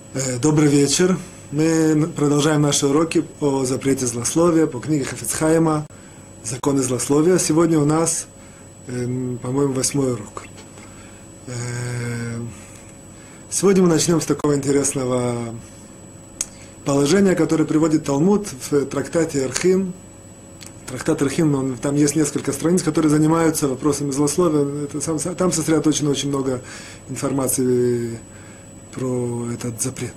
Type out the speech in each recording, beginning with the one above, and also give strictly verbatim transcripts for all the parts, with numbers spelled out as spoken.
Э, Добрый вечер. Мы продолжаем наши уроки о запрете злословия по книге Хафец Хаима «Законы злословия». Сегодня у нас, э, по-моему, восьмой урок. Э, Сегодня мы начнем с такого интересного положения, которое приводит Талмуд в трактате Эрхин. Трактат Эрхин, он, там есть несколько страниц, которые занимаются вопросами злословия. Это, сам, там сосредоточено очень много информации про этот запрет.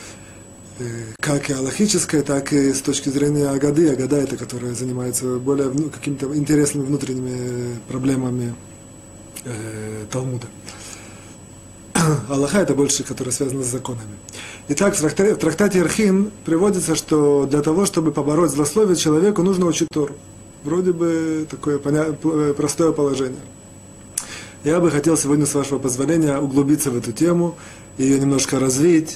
Как и алахическое, так и с точки зрения Агады. Агада это, которая занимается более ну, какими-то интересными внутренними проблемами э, Талмуда. Аллаха это больше, которая связана с законами. Итак, в трактате, в трактате Эрхин приводится, что для того, чтобы побороть злословие человеку, нужно учить Тору. Вроде бы такое поня... простое положение. Я бы хотел сегодня, с вашего позволения, углубиться в эту тему, ее немножко развить,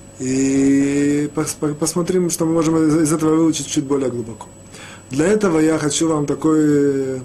и посмотрим, что мы можем из этого выучить чуть более глубоко. Для этого я хочу вам такой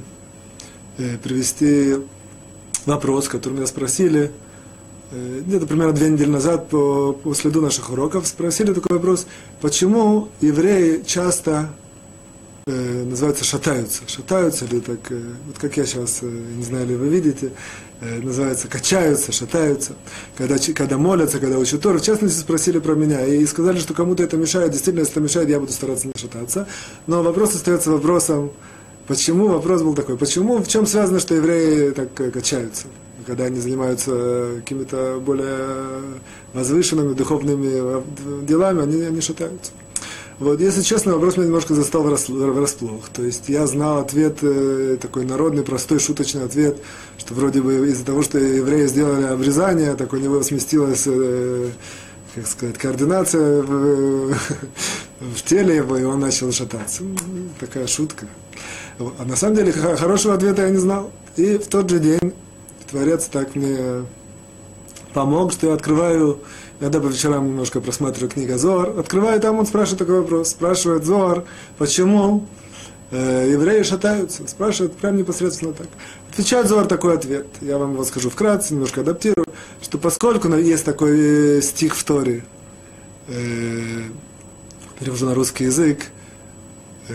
привести вопрос, который меня спросили, где-то примерно две недели назад по, по следу наших уроков, спросили такой вопрос, почему евреи часто, э, называется, шатаются, шатаются или так, э, вот как я сейчас, э, не знаю, ли вы видите, э, называется, качаются, шатаются, когда, когда молятся, когда учат Тору. В частности, спросили про меня и сказали, что кому-то это мешает, действительно, если это мешает, я буду стараться не шататься, но вопрос остается вопросом, почему, вопрос был такой, почему, в чем связано, что евреи так качаются? Когда они занимаются какими-то более возвышенными духовными делами, они, они шатаются. Вот, если честно, вопрос меня немножко застал врасплох. То есть я знал ответ, такой народный, простой, шуточный ответ, что вроде бы из-за того, что евреи сделали обрезание, так у него сместилась, как сказать, координация в, в теле его, и он начал шататься. Такая шутка. А на самом деле хорошего ответа я не знал. И в тот же день Творец так мне помог, что я открываю, иногда по вечерам немножко просматриваю книгу Зоар, открываю, там он спрашивает такой вопрос, спрашивает Зоар, почему э, евреи шатаются, спрашивает прям непосредственно так. Отвечает Зоар такой ответ, я вам его скажу вкратце, немножко адаптирую, что поскольку есть такой стих в Торе, э, перевожу на русский язык, э,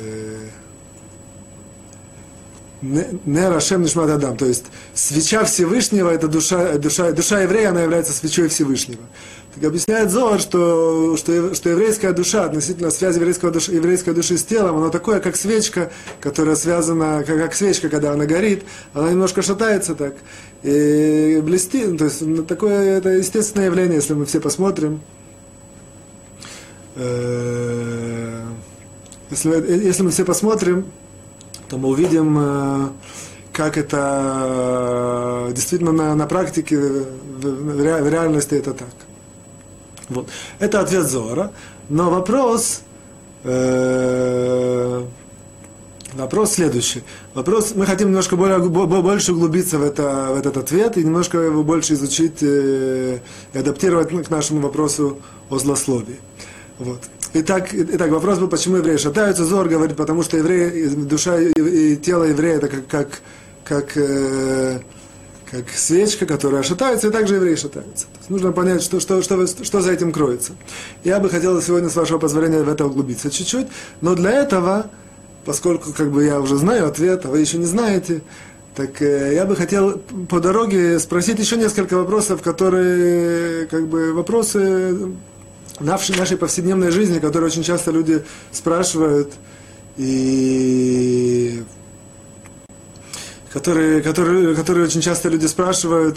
Нер Ашем Нишмат Адам, то есть свеча Всевышнего, это душа, душа, душа еврея, она является свечой Всевышнего. Так объясняет Зоар, что, что, что еврейская душа, относительно связи еврейского души, еврейской души с телом, она такое, как свечка, которая связана, как, как свечка, когда она горит, она немножко шатается так, и блестит, то есть такое, это естественное явление, если мы все посмотрим. Если, если мы все посмотрим, то мы увидим, как это действительно на, на практике, в, в реальности это так. Вот. Это ответ Зоара. Но вопрос, э, вопрос следующий. Вопрос, мы хотим немножко более, больше углубиться в, это, в этот ответ и немножко его больше изучить э, и адаптировать к нашему вопросу о злословии. Вот. Итак, итак, вопрос был, почему евреи шатаются. Зоар говорит, потому что евреи, душа и тело еврея это как, как, как, э, как свечка, которая шатается, и также евреи шатаются. То есть нужно понять, что, что, что, что за этим кроется. Я бы хотел сегодня, с вашего позволения, в это углубиться чуть-чуть, но для этого, поскольку как бы я уже знаю ответ, а вы еще не знаете, так э, я бы хотел по дороге спросить еще несколько вопросов, которые, как бы, вопросы нашей, нашей повседневной жизни, которые очень часто люди спрашивают, и которые, которые, которые очень часто люди спрашивают,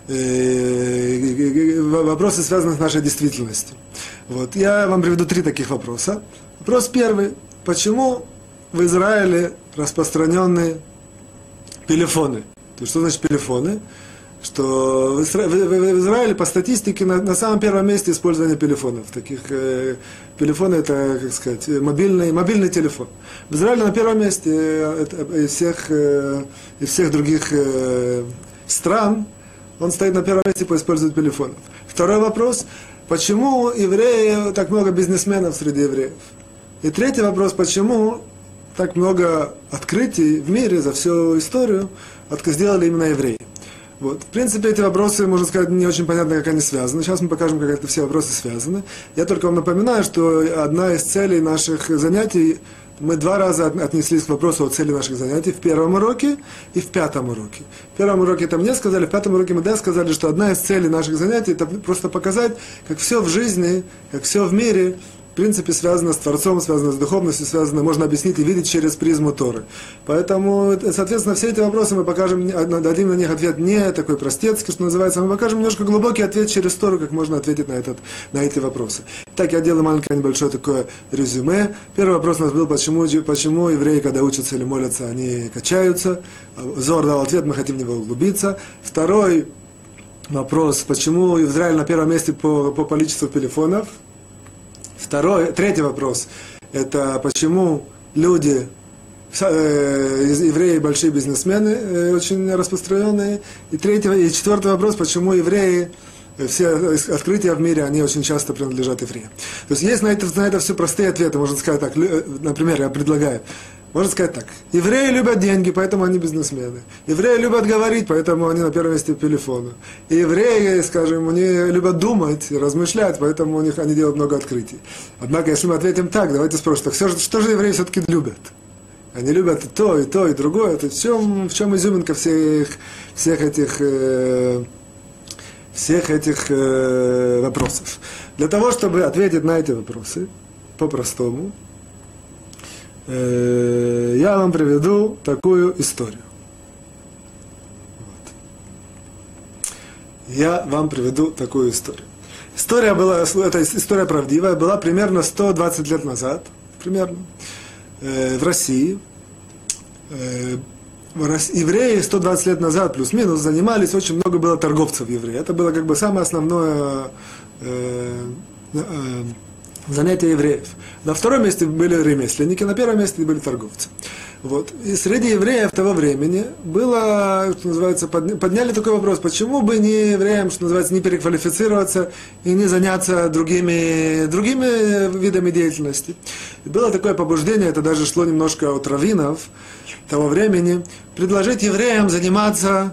и вопросы, связанные с нашей действительностью. Вот. Я вам приведу три таких вопроса. Вопрос первый. Почему в Израиле распространены пелефоны? То есть, что значит пелефоны? Что в Израиле по статистике на, на самом первом месте использование пелефонов. Таких э, пелефоны это, как сказать, мобильный, мобильный телефон. В Израиле на первом месте э, э, из всех, э, из всех других э, стран он стоит на первом месте по использованию пелефонов. Второй вопрос. Почему евреи, так много бизнесменов среди евреев? И третий вопрос. Почему так много открытий в мире за всю историю сделали именно евреи? Вот. В принципе, эти вопросы, можно сказать, не очень понятно, как они связаны. Сейчас мы покажем, как это все вопросы связаны. Я только вам напоминаю, что одна из целей наших занятий, мы два раза отнеслись к вопросу о цели наших занятий, в первом уроке и в пятом уроке. В первом уроке это мне сказали, в пятом уроке мы да, сказали, что одна из целей наших занятий, это просто показать, как все в жизни, как все в мире, в принципе, связано с Творцом, связано с духовностью, связано, можно объяснить и видеть через призму Торы. Поэтому, соответственно, все эти вопросы мы покажем, дадим на них ответ не такой простецкий, что называется, мы покажем немножко глубокий ответ через Тору, как можно ответить на, этот, на эти вопросы. Так, я делаю маленькое небольшое такое резюме. Первый вопрос у нас был, почему, почему евреи, когда учатся или молятся, они качаются. Зор дал ответ, мы хотим в него углубиться. Второй вопрос, почему Израиль на первом месте по, по количеству телефонов. Второй, третий вопрос, это почему люди, э, евреи большие бизнесмены, э, очень распространенные. И третий, и четвертый вопрос, почему евреи, все открытия в мире, они очень часто принадлежат евреям. То есть есть на это, на это все простые ответы, можно сказать так, например, я предлагаю. Можно сказать так. Евреи любят деньги, поэтому они бизнесмены. Евреи любят говорить, поэтому они на первом месте по телефону. И евреи, скажем, они любят думать, размышлять, поэтому у них они делают много открытий. Однако, если мы ответим так, давайте спросим, так все, что же евреи все-таки любят? Они любят и то, и то, и другое. Это в чем, в чем изюминка всех, всех этих, э, всех этих э, вопросов? Для того, чтобы ответить на эти вопросы по-простому, я вам приведу такую историю. Вот. Я вам приведу такую историю. История была, эта история правдивая, была примерно сто двадцать лет назад, примерно, э, в России. Э, евреи сто двадцать лет назад, плюс-минус, занимались, очень много было торговцев евреев. Это было как бы самое основное э, э, занятия евреев. На втором месте были ремесленники, на первом месте были торговцы. Вот. И среди евреев того времени было, что называется, подняли такой вопрос, почему бы не евреям, что называется, не переквалифицироваться и не заняться другими, другими видами деятельности. И было такое побуждение, это даже шло немножко от раввинов того времени, предложить евреям заниматься,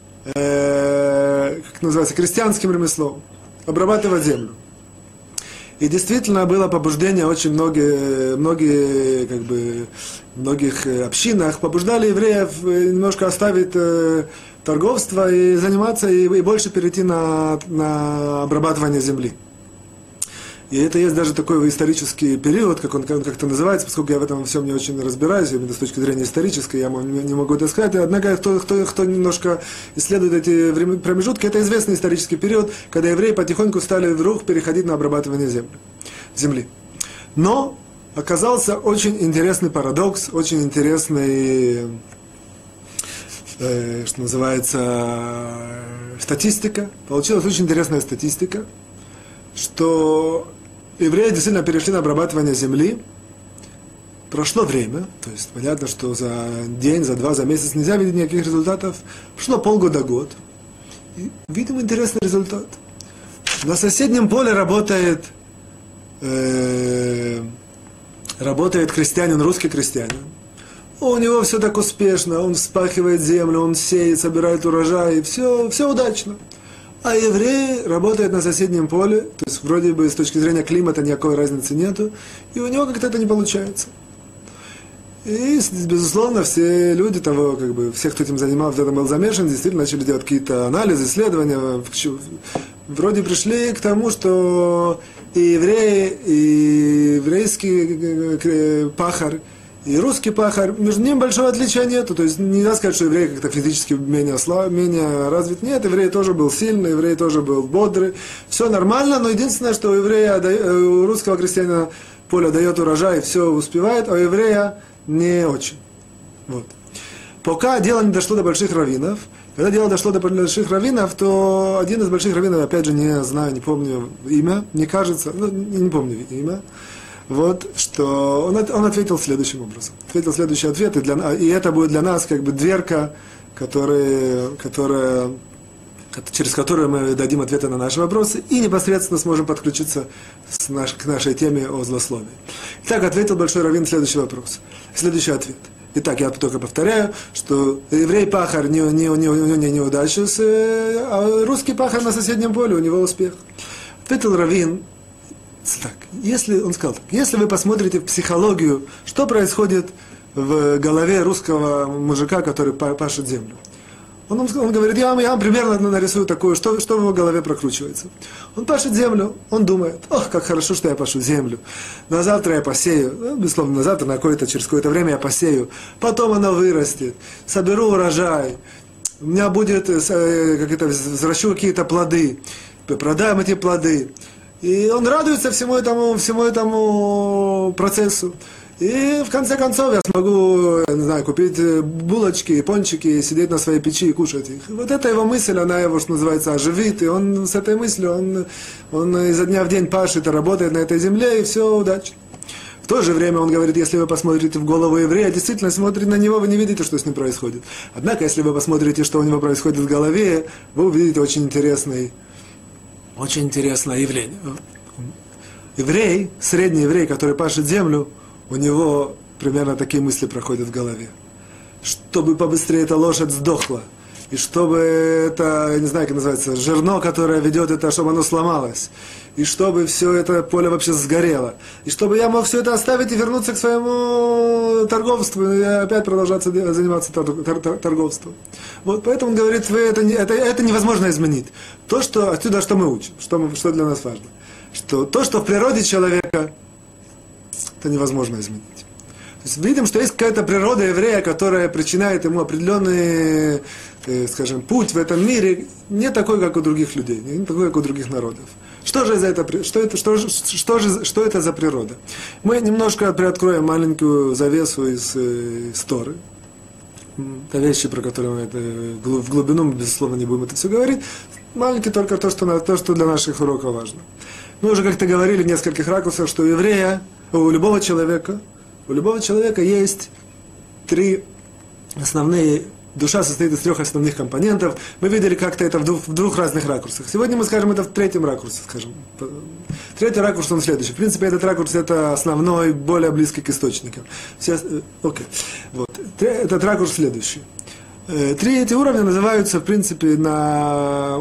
э, как называется, крестьянским ремеслом, обрабатывать землю. И действительно было побуждение, очень многие, многие, как бы, в многих общинах побуждали евреев немножко оставить э, торговство и заниматься, и, и больше перейти на, на обрабатывание земли. И это есть даже такой исторический период, как он как-то называется, поскольку я в этом всем не очень разбираюсь, именно с точки зрения исторической, я не могу это сказать. Однако, кто, кто, кто немножко исследует эти промежутки, это известный исторический период, когда евреи потихоньку стали вдруг переходить на обрабатывание земли. земли. Но оказался очень интересный парадокс, очень интересный, э, что называется, статистика. Получилась очень интересная статистика, что евреи действительно перешли на обрабатывание земли. Прошло время, то есть понятно, что за день, за два, за месяц нельзя видеть никаких результатов. Прошло полгода, год. И видим интересный результат. На соседнем поле работает, э, работает крестьянин, русский крестьянин. У него все так успешно, он вспахивает землю, он сеет, собирает урожай, все, все удачно. А еврей работает на соседнем поле, то есть вроде бы с точки зрения климата никакой разницы нету, и у него как-то это не получается. И, безусловно, все люди того, как бы, все, кто этим занимался, в этом был замешан, действительно начали делать какие-то анализы, исследования, вроде пришли к тому, что и евреи, и еврейский пахарь, и русский пахарь, между ними большого отличия нету. То есть нельзя сказать, что еврей как-то физически менее, слаб, менее развит. Нет, еврей тоже был сильный, еврей тоже был бодрый. Все нормально, но единственное, что у еврея, у русского крестьянина поле дает урожай, все успевает, а у еврея не очень. Вот. Пока дело не дошло до больших раввинов, когда дело дошло до больших раввинов, то один из больших раввинов, опять же, не знаю, не помню имя, не кажется, ну, не помню имя, вот, что он, он ответил следующим образом. Ответил следующий ответ, и, для, и это будет для нас как бы дверка, которая, которая, через которую мы дадим ответы на наши вопросы и непосредственно сможем подключиться с наш, к нашей теме о злословии. Итак, ответил большой раввин следующий вопрос, следующий ответ. Итак, я только повторяю, что еврей пахарь не, не, не, не, не неудача, а русский пахарь на соседнем поле, у него успех. Ответил Равин, так, если, он сказал так, если вы посмотрите в психологию, что происходит в голове русского мужика, который пашет землю. Он, он говорит, я вам, я вам примерно нарисую такое, что, что в его голове прокручивается. Он пашет землю, он думает, ох, как хорошо, что я пашу землю. На завтра я посею, ну, безусловно, на завтра, на какое-то, через какое-то время я посею. Потом она вырастет, соберу урожай, у меня будет, как это, взращу какие-то плоды, продам эти плоды. И он радуется всему этому, всему этому процессу. И в конце концов я смогу, я не знаю, купить булочки, пончики, сидеть на своей печи и кушать их. Вот эта его мысль, она его, что называется, оживит, и он с этой мыслью, он, он изо дня в день пашет и работает на этой земле, и все, удачи. В то же время он говорит, если вы посмотрите в голову еврея, действительно смотрите на него, вы не видите, что с ним происходит. Однако, если вы посмотрите, что у него происходит в голове, вы увидите очень интересный, очень интересное явление. Еврей, средний еврей, который пашет землю, у него примерно такие мысли проходят в голове. Чтобы побыстрее эта лошадь сдохла. И чтобы это, я не знаю, как называется, жерно, которое ведет это, чтобы оно сломалось. И чтобы все это поле вообще сгорело. И чтобы я мог все это оставить и вернуться к своему торговству. И опять продолжать заниматься торговством. Вот, поэтому он говорит, вы это, это, это невозможно изменить. То, что, отсюда что мы учим, что, мы, что для нас важно. Что то, что в природе человека, это невозможно изменить. То есть видим, что есть какая-то природа еврея, которая причиняет ему определенный, э, скажем, путь в этом мире, не такой, как у других людей, не такой, как у других народов. Что же, за это, что, это, что, что, же, что это за природа? Мы немножко приоткроем маленькую завесу из, из Торы. Это вещи, про которые мы это, в глубину мы, безусловно, не будем это все говорить. Маленький только то, что, то, что для наших уроков важно. Мы уже как-то говорили в нескольких ракурсах, что у еврея, у любого человека, у любого человека есть три основные, душа состоит из трех основных компонентов. Мы видели как-то это в двух, в двух разных ракурсах. Сегодня мы скажем это в третьем ракурсе, скажем. Третий ракурс, он следующий. В принципе, этот ракурс это основной, более близкий к источникам. Все, окей. Вот. Этот ракурс следующий. Три эти уровня называются, в принципе, на,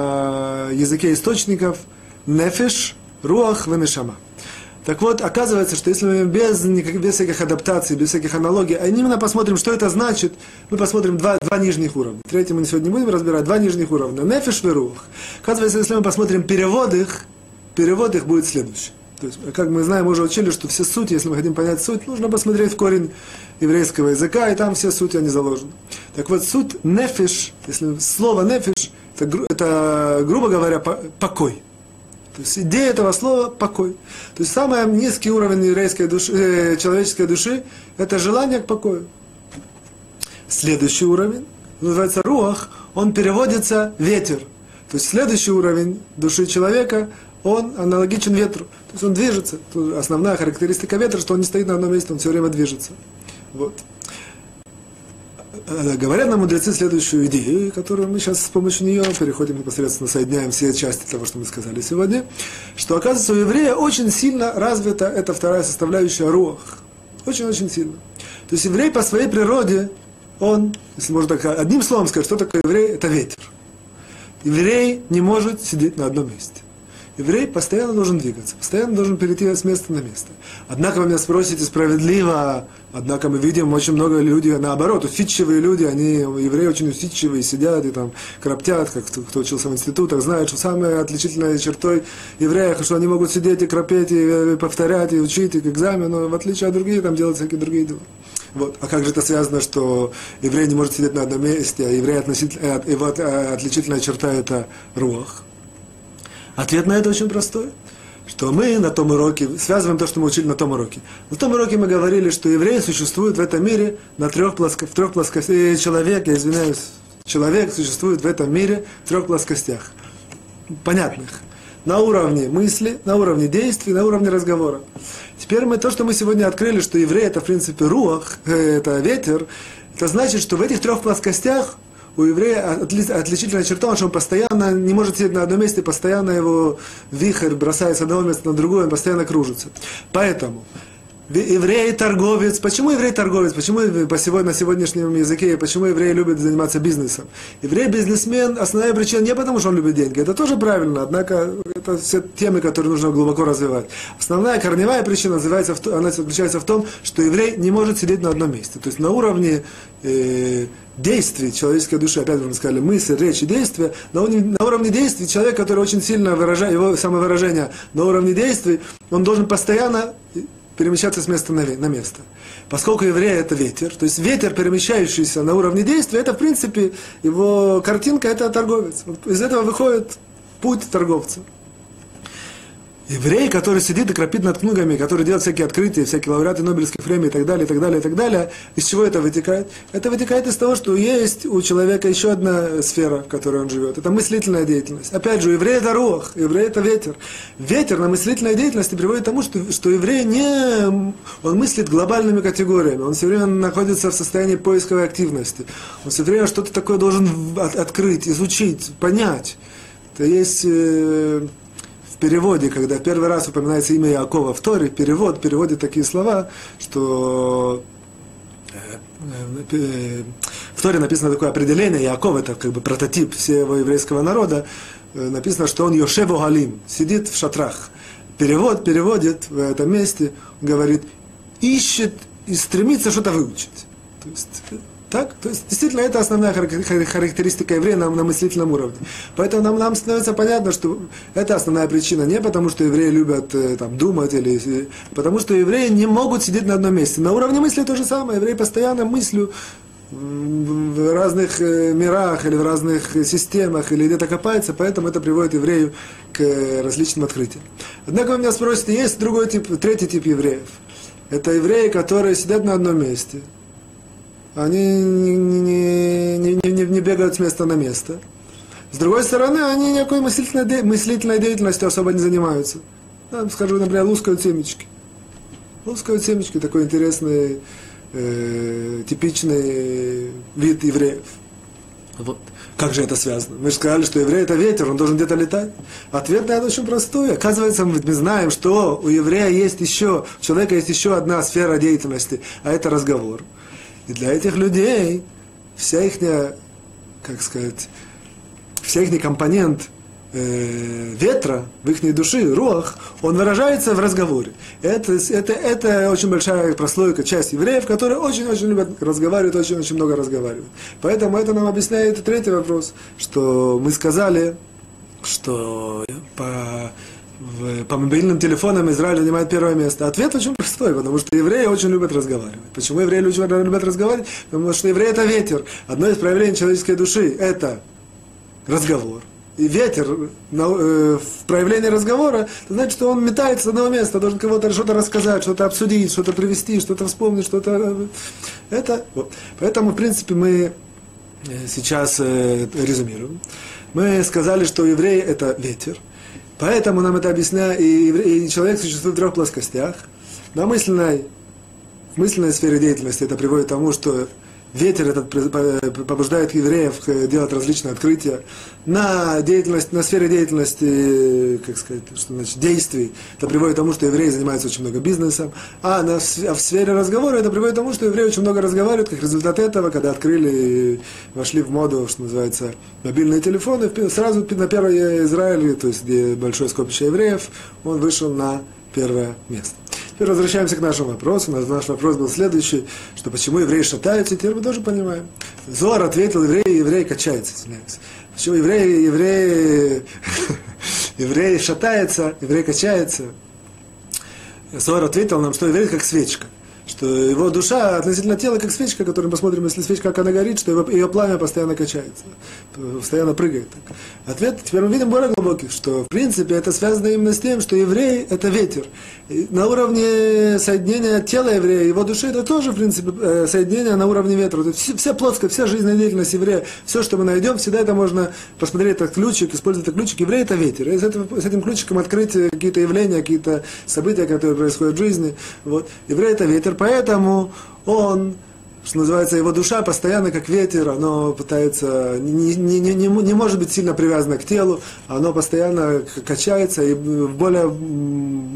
на языке источников нефеш, руах, венешама. Так вот, оказывается, что если мы без, без всяких адаптаций, без всяких аналогий, а именно посмотрим, что это значит, мы посмотрим два, два нижних уровня. Третий мы сегодня не будем разбирать, два нижних уровня. Нефеш и руах. Оказывается, если мы посмотрим перевод их, перевод их будет следующий. То есть, как мы знаем, мы уже учили, что все сути, если мы хотим понять суть, нужно посмотреть в корень еврейского языка, и там все сути, они заложены. Так вот, суть нефеш, если слово нефеш, это, это грубо говоря, покой. То есть идея этого слова – покой. То есть самый низкий уровень еврейской души, э, человеческой души – это желание к покою. Следующий уровень, называется руах, он переводится ветер. То есть следующий уровень души человека, он аналогичен ветру. То есть он движется. Основная характеристика ветра, что он не стоит на одном месте, он все время движется. Вот. Говорят нам мудрецы следующую идею, которую мы сейчас с помощью нее переходим непосредственно, соединяем все части того, что мы сказали сегодня, что, оказывается, у еврея очень сильно развита эта вторая составляющая руах. Очень-очень сильно. То есть еврей по своей природе, он, если можно так одним словом сказать, что такое еврей, это ветер. Еврей не может сидеть на одном месте. Еврей постоянно должен двигаться, постоянно должен перейти с места на место. Однако вы меня спросите справедливо, однако мы видим очень много людей, наоборот, усидчивые люди, они, евреи очень усидчивые, сидят и там кроптят, как кто, кто учился в институтах, знает, что самой отличительной чертой евреев, что они могут сидеть и кропеть, и повторять, и учить, и к экзамену, в отличие от других, там делать всякие другие дела. Вот. А как же это связано, что еврей не может сидеть на одном месте, а еврей относительно, его отличительная черта это руах? Ответ на это очень простой, что мы на том уроке, связываем то, что мы учили на том уроке. На том уроке мы говорили, что евреи существуют в этом мире на трех плоскостях, в трех плоскостях, человек, я извиняюсь, человек существует в этом мире в трех плоскостях, понятных. На уровне мысли, на уровне действий, на уровне разговора. Теперь мы, то, что мы сегодня открыли, что еврей это в принципе руах, это ветер, это значит, что в этих трех плоскостях у еврея отличительная черта, что он постоянно не может сидеть на одном месте, постоянно его вихрь бросается с одного места на другое, он постоянно кружится. Поэтому Еврей торговец. Почему еврей торговец? Почему по сегодня, на сегодняшнем языке, почему еврей любит заниматься бизнесом? Еврей бизнесмен, основная причина не потому, что он любит деньги. Это тоже правильно, однако это все темы, которые нужно глубоко развивать. Основная корневая причина называется, она заключается в том, что еврей не может сидеть на одном месте. То есть на уровне э, действий человеческой души, опять же мы сказали, мысль, речь и действия, на уровне, на уровне действий человек, который очень сильно выражает, его самовыражение на уровне действий, он должен постоянно перемещаться с места на место. Поскольку еврей это ветер, то есть ветер, перемещающийся на уровне действия, это в принципе его картинка, это торговец. Из этого выходит путь торговца. Еврей, который сидит и крапит над книгами, который делает всякие открытия, всякие лауреаты Нобелевских премий и так далее, и так далее, и так далее, из чего это вытекает? Это вытекает из того, что есть у человека еще одна сфера, в которой он живет. Это мыслительная деятельность. Опять же, еврей это рух, еврей это ветер. Ветер на мыслительной деятельности приводит к тому, что, что еврей не... Он мыслит глобальными категориями, он все время находится в состоянии поисковой активности. Он все время что-то такое должен от, открыть, изучить, понять. Это есть... Э, В переводе, когда первый раз упоминается имя Иакова в Торе, перевод переводит такие слова, что в Торе написано такое определение, Иаков это как бы прототип всего еврейского народа, написано, что он Йошев Огалим, сидит в шатрах. Перевод переводит в этом месте, говорит, ищет и стремится что-то выучить. То есть, так? То есть, действительно, это основная характеристика еврея на, на мыслительном уровне. Поэтому нам, нам становится понятно, что это основная причина. Не потому, что евреи любят там, думать, или, потому что евреи не могут сидеть на одном месте. На уровне мысли то же самое. Евреи постоянно мыслью в разных мирах, или в разных системах, или где-то копаются, поэтому это приводит еврею к различным открытиям. Однако вы меня спросите, есть другой тип, третий тип евреев. Это евреи, которые сидят на одном месте. Они не, не, не, не, не бегают с места на место. С другой стороны, они никакой мыслительной, де, мыслительной деятельностью особо не занимаются. Да, скажу, например, лускают семечки. Лускают семечки, такой интересный, э, типичный вид евреев. Вот. Как же это связано? Мы же сказали, что еврей это ветер, он должен где-то летать. Ответ на это очень простой. Оказывается, мы, мы знаем, что у еврея есть еще, у человека есть еще одна сфера деятельности, а это разговор. И для этих людей вся их, как сказать, вся их компонент э, ветра в их душе, руах, он выражается в разговоре. Это, это, это очень большая прослойка, часть евреев, которые очень-очень любят разговаривать, очень-очень много разговаривают. Поэтому это нам объясняет третий вопрос, что мы сказали, что по... по мобильным телефонам Израиль занимает первое место. Ответ очень простой, потому что евреи очень любят разговаривать. Почему евреи очень любят разговаривать? Потому что еврей это ветер. Одно из проявлений человеческой души это разговор. И ветер в проявлении разговора, это значит, что он метается с одного места, должен кого-то что-то рассказать, что-то обсудить, что-то привести, что-то вспомнить, что-то... Это... Вот. Поэтому, в принципе, мы сейчас резюмируем. Мы сказали, что еврей это ветер. Поэтому нам это объясняет, и, и человек существует в трех плоскостях. На мысленной, в мысленной сфере деятельности это приводит к тому, что ветер этот побуждает евреев делать различные открытия. На, деятельность, на сфере деятельности, как сказать, что значит, действий, это приводит к тому, что евреи занимаются очень много бизнесом. А, на, а в сфере разговора это приводит к тому, что евреи очень много разговаривают. Как результат этого, когда открыли, вошли в моду, что называется, мобильные телефоны, сразу на первое Израиль, то есть где большое скопище евреев, он вышел на первое место. Теперь возвращаемся к нашему вопросу. Наш вопрос был следующий, что почему евреи шатаются, теперь мы тоже понимаем. Зоар ответил, еврей, еврей качается, извиняюсь. Почему еврей, еврей, еврей шатается, еврей качается? Зоар ответил нам, что еврей как свечка. Что его душа относительно тела, как свечка, которую мы посмотрим, если свечка, как она горит, что его, ее пламя постоянно качается, постоянно прыгает. Ответ теперь мы видим более глубокий, что в принципе это связано именно с тем, что еврей это ветер. И на уровне соединения тела еврея, его души, это тоже в принципе соединение на уровне ветра. То есть вся плоскость, вся жизненная деятельность еврея, все, что мы найдем, всегда это можно посмотреть, этот ключик, использовать этот ключик. Еврей это ветер. И с этим, с этим ключиком открыть какие-то явления, какие-то события, которые происходят в жизни. Вот. Еврей это ветер. Поэтому он, что называется, его душа постоянно как ветер, оно пытается, не, не, не, не может быть сильно привязано к телу, оно постоянно качается и в более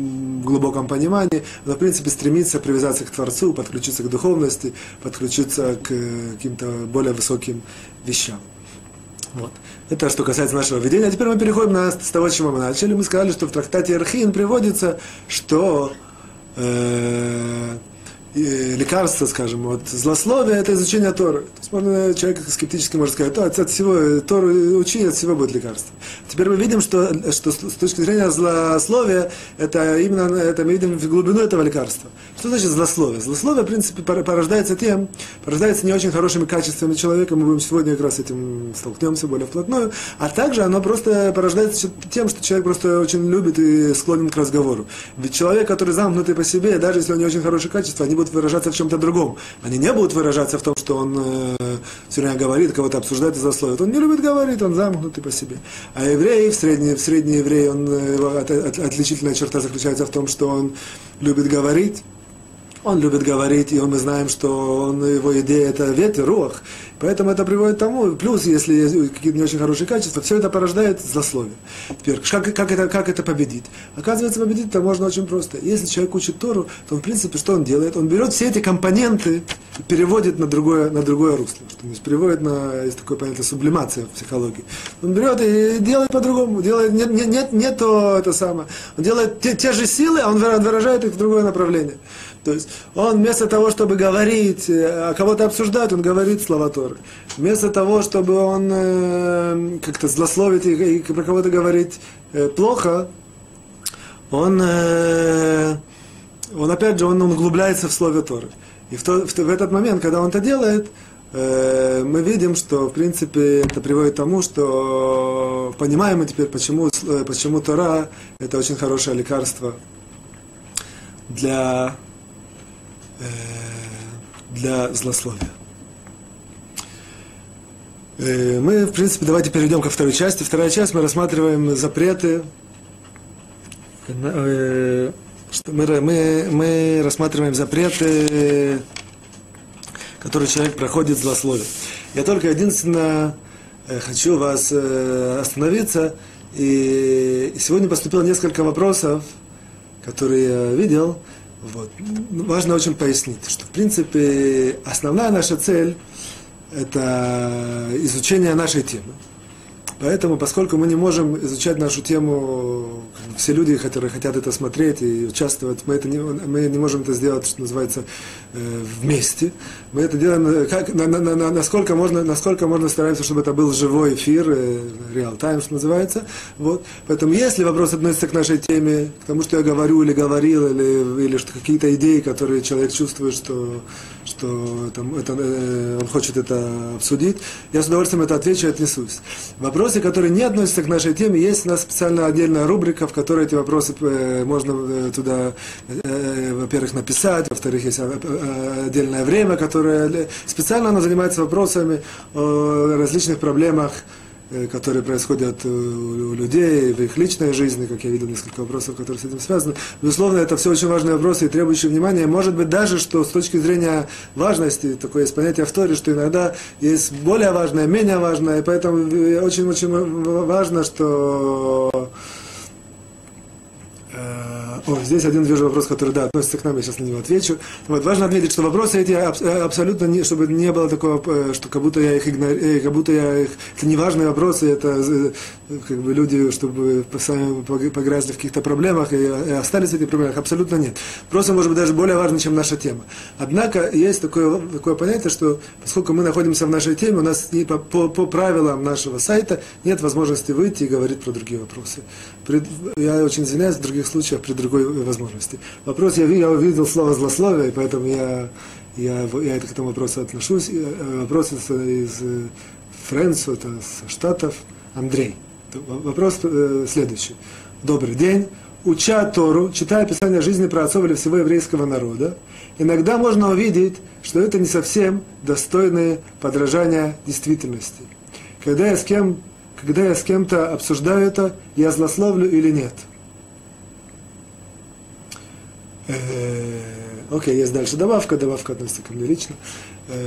глубоком понимании, но в принципе стремится привязаться к Творцу, подключиться к духовности, подключиться к каким-то более высоким вещам. Вот. Это что касается нашего видения. А теперь мы переходим на, с того, с чего мы начали. Мы сказали, что в трактате Эрхин приводится, что э, лекарство, скажем, от злословия – это изучение Торы. То есть можно, человек скептически может сказать, от, от всего Тору учи, от всего будет лекарство. Теперь мы видим, что, что с точки зрения злословия, это именно это мы видим в глубину этого лекарства. Что значит злословие? Злословие, в принципе, порождается тем, порождается не очень хорошими качествами человека, мы будем сегодня как раз с этим столкнемся более вплотную, а также оно просто порождается тем, что человек просто очень любит и склонен к разговору. Ведь человек, который замкнутый по себе, даже если он не очень хорошие качества, они будут выражаться в чем-то другом. Они не будут выражаться в том, что он э, все время говорит, кого-то обсуждает и злословит. Он не любит говорить, он замкнутый по себе. А еврей, в средний, в средний еврей, он, его от, от, отличительная черта заключается в том, что он любит говорить. Он любит говорить, и мы знаем, что он, его идея – это ветер, руах. Поэтому это приводит к тому, плюс, если есть какие-то не очень хорошие качества, все это порождает злословие. Теперь, как, как, это, как это победить? Оказывается, победить это можно очень просто. Если человек учит Тору, то, в принципе, что он делает? Он берет все эти компоненты и переводит на другое, на другое русло. Что, то есть, переводит на, есть такое понятие, сублимация в психологии. Он берет и делает по-другому. Делает, нет, нет, нет, нет то, это самое. Он делает те, те же силы, а он выражает их в другое направление. То есть он вместо того, чтобы говорить, а кого-то обсуждать, он говорит слова Торы. Вместо того, чтобы он э, как-то злословить и, и про кого-то говорить э, плохо, он, э, он опять же он углубляется в слове Торы. И в, то, в, в этот момент, когда он это делает, э, мы видим, что в принципе это приводит к тому, что понимаем мы теперь, почему, почему Тора это очень хорошее лекарство для для злословия. Мы, в принципе, давайте перейдем ко второй части. Вторая часть, мы рассматриваем запреты. Мы, мы, мы рассматриваем запреты, которые человек проходит злословие. Я только единственное хочу вас остановиться. И сегодня поступило несколько вопросов, которые я видел. Вот. Важно очень пояснить, что в принципе основная наша цель – это изучение нашей темы. Поэтому, поскольку мы не можем изучать нашу тему, все люди, которые хотят это смотреть и участвовать, мы, это не, мы не можем это сделать, что называется, вместе. Мы это делаем, как, на, на, на, насколько, можно, насколько можно стараемся, чтобы это был живой эфир, реал-тайм, что называется. Вот. Поэтому, если вопрос относится к нашей теме, к тому, что я говорю или говорил, или, или что какие-то идеи, которые человек чувствует, что, что там, это, он хочет это обсудить, я с удовольствием это отвечу и отнесусь. Вопросы, которые не относятся к нашей теме, есть у нас специально отдельная рубрика, в которой эти вопросы можно туда, во-первых, написать, во-вторых, есть отдельное время, которое специально оно занимается вопросами о различных проблемах, которые происходят у людей в их личной жизни, как я видел несколько вопросов, которые с этим связаны. Безусловно, это все очень важные вопросы и требующие внимания. Может быть, даже, что с точки зрения важности, такое есть понятие в Торе, что иногда есть более важное, менее важное, и поэтому очень-очень важно, что... О, здесь один вижу вопрос, который, да, относится к нам, я сейчас на него отвечу. Вот, важно отметить, что вопросы эти абсолютно, не, чтобы не было такого, что как будто я их игнорирую, как будто я их, это не важные вопросы, это как бы люди, чтобы сами погрязли в каких-то проблемах и, и остались в этих проблемах, абсолютно нет. Вопросы, может быть, даже более важны, чем наша тема. Однако, есть такое, такое понятие, что поскольку мы находимся в нашей теме, у нас не, по, по, по правилам нашего сайта нет возможности выйти и говорить про другие вопросы. При, я очень извиняюсь в других случаях при другой возможности. Вопрос, я, я увидел слово злословие, поэтому я, я, я к этому вопросу отношусь. Вопрос из, из Френцу, это со Штатов, Андрей. Вопрос э, следующий. Добрый день. Уча Тору, читая описание жизни праотцов или всего еврейского народа, иногда можно увидеть, что это не совсем достойное подражание действительности. Когда я с кем, когда я с кем-то обсуждаю это, я злословлю или нет? Окей, okay, есть дальше добавка, добавка относится ко мне лично.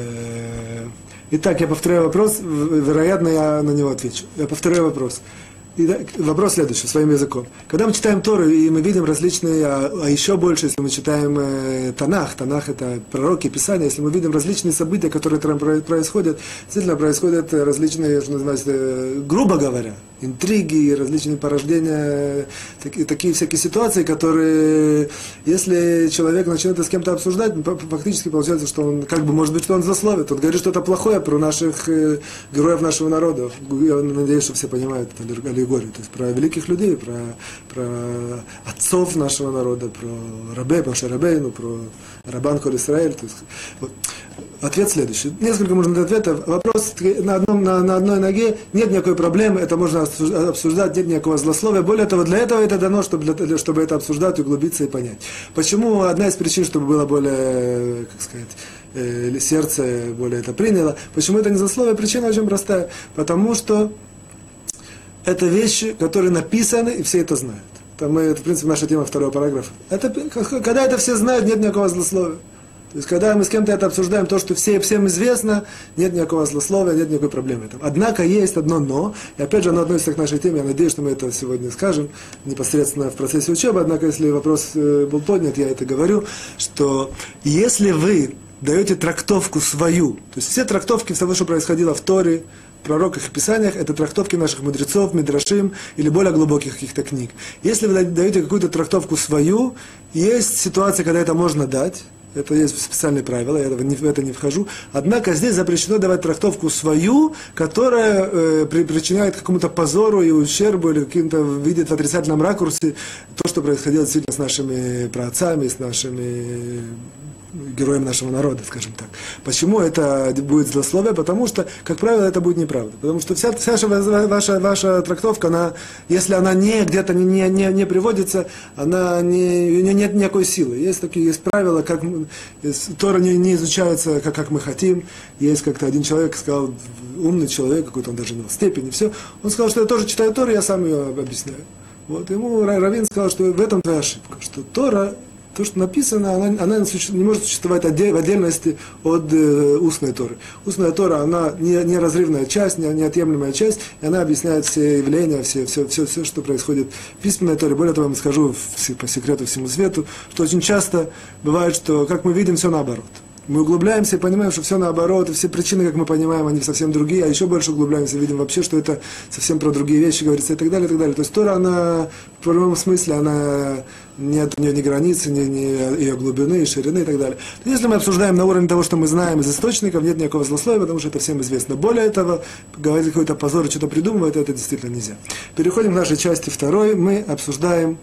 Итак, я повторяю вопрос, вероятно, я на него отвечу. Я повторяю вопрос. И вопрос следующий, своим языком. Когда мы читаем Тору, и мы видим различные, а, а еще больше, если мы читаем э, Танах, Танах это пророки, Писания, если мы видим различные события, которые там происходят, действительно происходят различные, что называется, э, грубо говоря, интриги, различные порождения, такие, такие всякие ситуации, которые, если человек начнет с кем-то обсуждать, фактически получается, что он, как бы, может быть, что он злословит, он говорит что-то плохое про наших э, героев нашего народа. Я надеюсь, что все понимают это аллегорию, то есть про великих людей, про, про отцов нашего народа, про Рабей, Моше Рабейну, про Рабан Коль Исраэль. То есть, вот. Ответ следующий. Несколько можно дать ответов. Вопрос на, одном, на, на одной ноге. Нет никакой проблемы, это можно обсуждать, нет никакого злословия. Более того, для этого это дано, чтобы, для, чтобы это обсуждать, углубиться и понять. Почему? Одна из причин, чтобы было более, как сказать, э, сердце более это приняло. Почему это не злословие? Причина очень простая. Потому что это вещи, которые написаны, и все это знают. Там, это, в принципе, наша тема второго параграфа. Это, когда это все знают, нет никакого злословия. То есть, когда мы с кем-то это обсуждаем, то, что все, всем известно, нет никакого злословия, нет никакой проблемы. Однако есть одно «но», и опять же оно относится к нашей теме, я надеюсь, что мы это сегодня скажем непосредственно в процессе учебы, однако если вопрос был поднят, я это говорю, что если вы даете трактовку свою, то есть все трактовки того, что происходило в Торе, в пророках и писаниях, это трактовки наших мудрецов, мидрашим или более глубоких каких-то книг. Если вы даете какую-то трактовку свою, есть ситуация, когда это можно дать, это есть специальные правила, я в это не вхожу. Однако здесь запрещено давать трактовку свою, которая э, причиняет какому-то позору и ущербу, или каким-то видит в отрицательном ракурсе то, что происходило действительно с нашими праотцами, с нашими героем нашего народа, скажем так. Почему это будет злословие? Потому что, как правило, это будет неправда. Потому что вся, вся ваша, ваша трактовка, она, если она не, где-то не, не, не приводится, она не, у нее нет никакой силы. Есть такие есть правила, как Тора не, не изучается, как, как мы хотим. Есть как-то один человек сказал, умный человек, какой-то он даже имел степень, и все. Он сказал, что я тоже читаю Тору, я сам ее объясняю. Вот. Ему Равин сказал, что в этом твоя ошибка, что Тора, то, что написано, она, она не может существовать отдель, в отдельности от э, устной Торы. Устная Тора, она не, неразрывная часть, не, неотъемлемая часть, и она объясняет все явления, все, все, все, все, что происходит в письменной Торе. Более того, я вам скажу в, по секрету всему свету, что очень часто бывает, что, как мы видим, все наоборот. Мы углубляемся и понимаем, что все наоборот, и все причины, как мы понимаем, они совсем другие, а еще больше углубляемся и видим вообще, что это совсем про другие вещи говорится и так далее, и так далее. То есть Тора, она в прямом смысле, она нет у нее ни границы, ни, ни ее глубины, ширины и так далее. Если мы обсуждаем на уровне того, что мы знаем из источников, нет никакого злословия, потому что это всем известно. Более того, говорить какой-то позор и что-то придумывать, это действительно нельзя. Переходим к нашей части второй. Мы обсуждаем,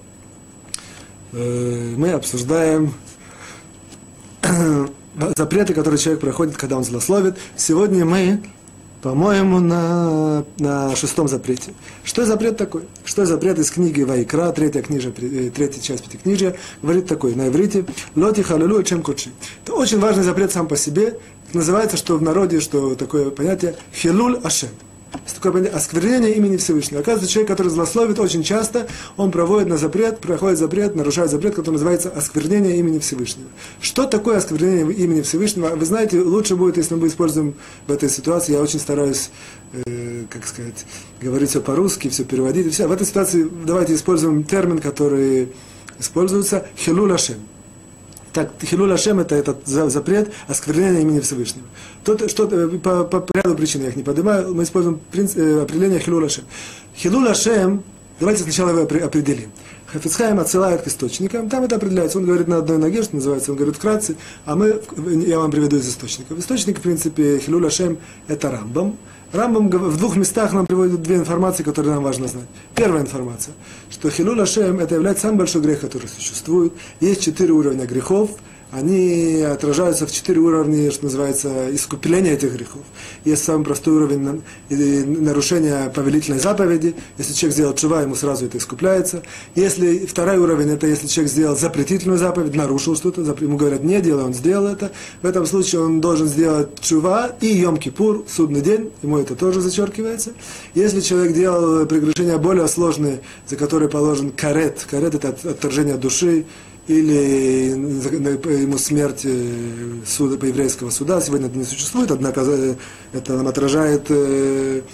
э, мы обсуждаем запреты, которые человек проходит, когда он злословит. Сегодня мы, по-моему, на, на шестом запрете. Что запрет такой? Что запрет из книги Ваикра, третья, книжа, третья часть Пятикнижия, говорит такой, на иврите, «Лоти халилу чем кучи». Это очень важный запрет сам по себе. Называется, что в народе, что такое понятие «хилуль ашем». Такое понятие осквернение имени Всевышнего. Оказывается, человек, который злословит, очень часто он проводит на запрет, проходит запрет, нарушает запрет, который называется осквернение имени Всевышнего. Что такое осквернение имени Всевышнего? Вы знаете, лучше будет, если мы используем в этой ситуации, я очень стараюсь, э, как сказать, говорить все по-русски, все переводить. И все. В этой ситуации давайте используем термин, который используется «хилуль ашем». Так, хилуль ашем – это этот запрет осквернения имени Всевышнего. Тот, что, по, по, по ряду причин я их не поднимаю, мы используем принцип, э, определение хилуль ашем. Хилуль ашем, давайте сначала его определим. Хафец Хаим отсылает к источникам, там это определяется. Он говорит на одной ноге, что называется, он говорит вкратце, а мы, я вам приведу из источников. Источник, в принципе, хилуль ашем – это Рамбам. Рамбам в двух местах нам приводит две информации, которые нам важно знать. Первая информация, что хилуль ашем это является самый большой грех, который существует. Есть четыре уровня грехов, они отражаются в четыре уровня, что называется, искупления этих грехов. Есть самый простой уровень нарушения повелительной заповеди. Если человек сделал тшува, ему сразу это искупляется. Если второй уровень, это если человек сделал запретительную заповедь, нарушил что-то, ему говорят, не делай, он сделал это. В этом случае он должен сделать тшува и Йом-Кипур, судный день, ему это тоже зачеркивается. Если человек делал прегрешения более сложные, за которые положен карет, карет это отторжение души, или ему смерть суда, по еврейского суда, сегодня это не существует, однако это нам отражает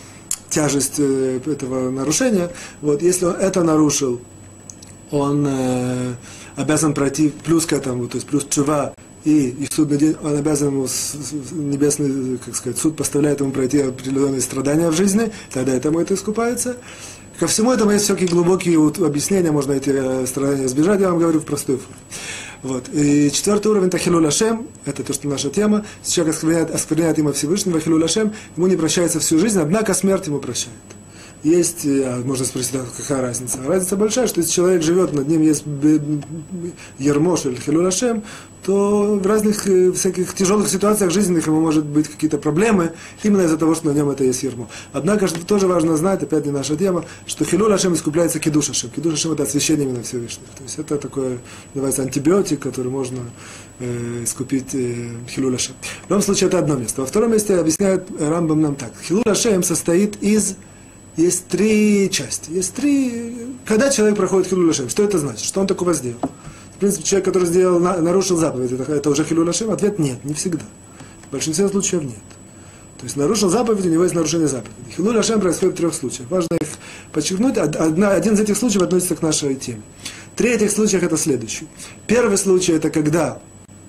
тяжесть э, этого нарушения. Вот, если он это нарушил, он э, обязан пройти плюс к этому, то есть плюс чува, и, и в судный день он обязан ему, небесный, как сказать, суд поставляет ему пройти определенные страдания в жизни, тогда этому это искупается. Ко всему этому есть всякие глубокие объяснения, можно эти страдания избежать, я вам говорю в простой форме. Вот. И четвертый уровень – это хилуль Ашем, это то, что наша тема. Если человек оскверняет, оскверняет имя Всевышнего, хилуль Ашем, ему не прощается всю жизнь, однако смерть ему прощает. Есть, можно спросить, какая разница? Разница большая, что если человек живет, над ним есть ярмош или хилуль Ашем, то в разных всяких тяжелых ситуациях жизненных ему может быть какие-то проблемы, именно из-за того, что на нем это есть ярмо. Однако, что тоже важно знать, опять не наша тема, что хилуль Ашем искупляется кидуш Ашем. Кидуш Ашем – это освящение именно Всевышнего. То есть это такой, называется, антибиотик, который можно э, искупить э, хилуль Ашем. В любом случае, это одно место. Во втором месте объясняет Рамбам нам так. Хилуль Ашем состоит из... Есть три части. Есть три... Когда человек проходит хилуль Ашем, что это значит? Что он такого сделал? В принципе, человек, который сделал, нарушил заповедь, это, это уже хилуль Ашем? Ответ – нет, не всегда. В большинстве случаев нет. То есть нарушил заповедь, у него есть нарушение заповеди. Хилуль Ашем происходит в трех случаях. Важно их подчеркнуть. Одна, один из этих случаев относится к нашей теме. Три этих случаев – это следующий. Первый случай – это когда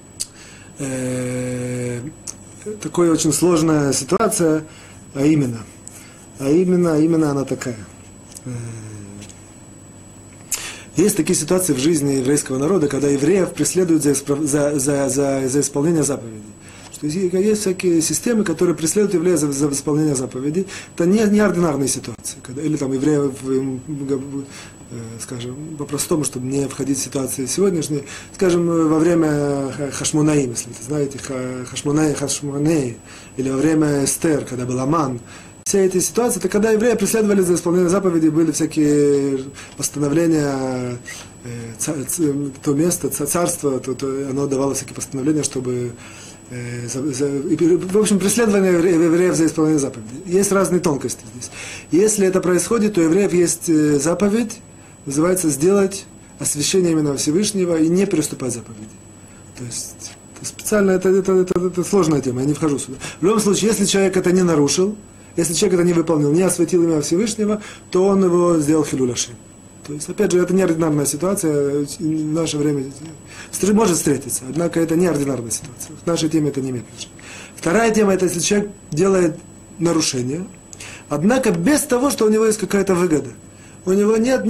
э, такая очень сложная ситуация, а именно – А именно, именно она такая. Есть такие ситуации в жизни еврейского народа, когда евреев преследуют за, за, за, за, за исполнение заповедей. Что есть, есть всякие системы, которые преследуют евреев за, за исполнение заповедей. Это не, неординарные ситуации. Когда, или там евреев, скажем, по-простому, чтобы не входить в ситуации сегодняшние, скажем, во время Хашмонаим, если вы знаете, Хашмонай, Хашмоней, или во время Эстер, когда был Аман. Все эти ситуации, это когда евреи преследовали за исполнение заповедей, были всякие постановления, э, ца, ц, то место, царство, то, то, оно давало всякие постановления, чтобы... Э, за, за, в общем, преследование евреев за исполнение заповедей. Есть разные тонкости здесь. Если это происходит, то у евреев есть заповедь, называется «сделать освящение имени Всевышнего и не переступать заповеди». То есть, это специально, это, это, это, это сложная тема, я не вхожу сюда. В любом случае, если человек это не нарушил, если человек это не выполнил, не осветил имя Всевышнего, то он его сделал хилуль Ашем. То есть, опять же, это неординарная ситуация, в наше время может встретиться, однако это неординарная ситуация. В нашей теме это не имеет значения. Вторая тема – это если человек делает нарушение, однако без того, что у него есть какая-то выгода. У него нет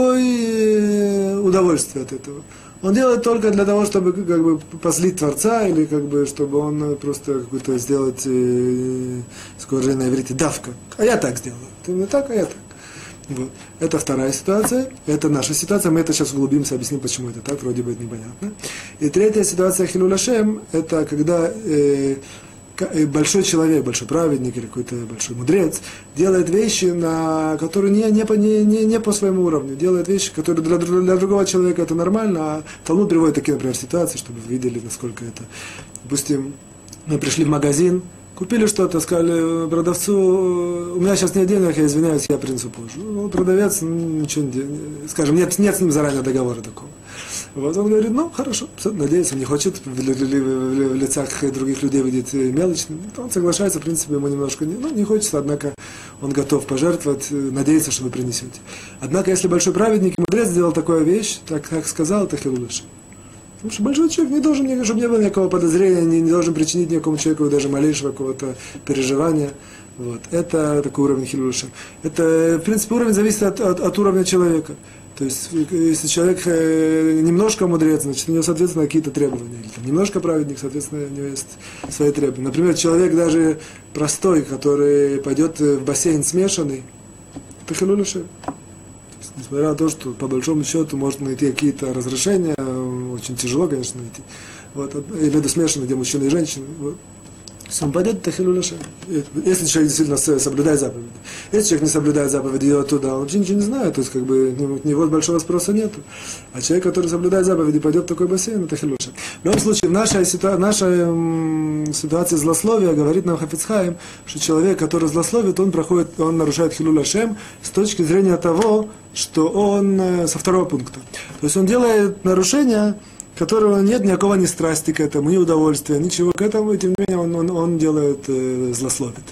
никакой удовольствия от этого. Он делает только для того, чтобы как бы позлить Творца, или как бы, чтобы он просто какую-то сделать, э, скажем на иврите, давка. А я так сделал. Ты не так, а я так. Вот. Это вторая ситуация. Это наша ситуация. Мы это сейчас углубимся, объясним, почему это так. Вроде бы это непонятно. И третья ситуация хилуль Ашем, это когда э, большой человек, большой праведник или какой-то большой мудрец делает вещи, на, которые не, не, не, не по своему уровню, делает вещи, которые для, для другого человека это нормально, а Талмуд приводит такие, например, ситуации, чтобы вы видели, насколько это. Допустим, мы пришли в магазин, купили что-то, сказали продавцу, у меня сейчас нет денег, я извиняюсь, я принесу позже. Ну, продавец, ничего не, скажем, нет, нет с ним заранее договора такого. Вот он говорит, ну, хорошо, надеюсь, он не хочет в, в, в, в лицах других людей видеть мелочным. Он соглашается, в принципе, ему немножко не, ну, не хочется, однако он готов пожертвовать, надеется, что вы принесете. Однако, если большой праведник и мудрец сделал такую вещь, так как сказал, это хилуль Ашем. Потому что большой человек не должен, чтобы не было никакого подозрения, не, не должен причинить никакому человеку даже малейшего какого-то переживания. Вот. Это такой уровень хилуль Ашем. Это, в принципе, уровень зависит от, от, от уровня человека. То есть, если человек э, немножко мудрец, значит, у него, соответственно, какие-то требования. Или там, немножко праведник, соответственно, у него есть свои требования. Например, человек даже простой, который пойдет в бассейн смешанный, это хилуль Ашем. Несмотря на то, что по большому счету можно найти какие-то разрешения, очень тяжело, конечно, найти. Вот, и виду смешанные, где мужчины и женщины. Вот. Если он пойдет, это хилуль Ашем. Если человек действительно соблюдает заповеди. Если человек не соблюдает заповеди, идет туда, он вообще ничего не знает, то есть как бы у него большого спроса нету. А человек, который соблюдает заповеди, пойдет в такой бассейн, это хилуль Ашем. В любом случае, в нашей, ситуа- нашей м- ситуации злословия говорит нам Хафец Хаим, что человек, который злословит, он проходит, он нарушает хилуль Ашем с точки зрения того, что он э, со второго пункта. То есть он делает нарушение, которого нет никакого ни страсти к этому, ни удовольствия, ничего к этому, и тем не менее он, он, он делает, э, злословит.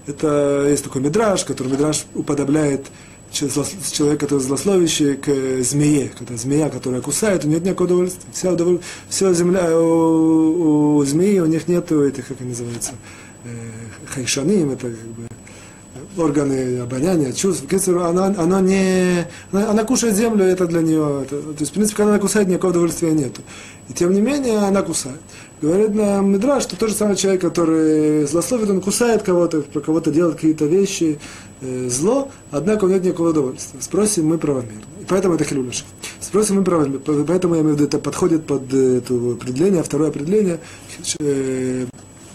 Это есть такой мидраш, который мидраш уподобляет человек, который злословящий, к змее. Когда змея, которая кусает, у нее нет никакого удовольствия. Вся, удоволь... Вся земля у, у змеи, у них нет этих, как они называются, хайшаним, это как бы органы обоняния, чувств. Она, она, не, она, она кушает землю, это для нее. Это, то есть, в принципе, когда она кусает, никакого удовольствия нету. И тем не менее, она кусает. Говорит нам мидраш, что тот же самый человек, который злословит, он кусает кого-то, про кого-то делает какие-то вещи, э, зло, однако у него нет никакого удовольствия. Спросим мы правомерно. И поэтому это хилюль ашем. Спросим мы правомерно. Поэтому, я имею в виду, это подходит под это определение, второе определение, э,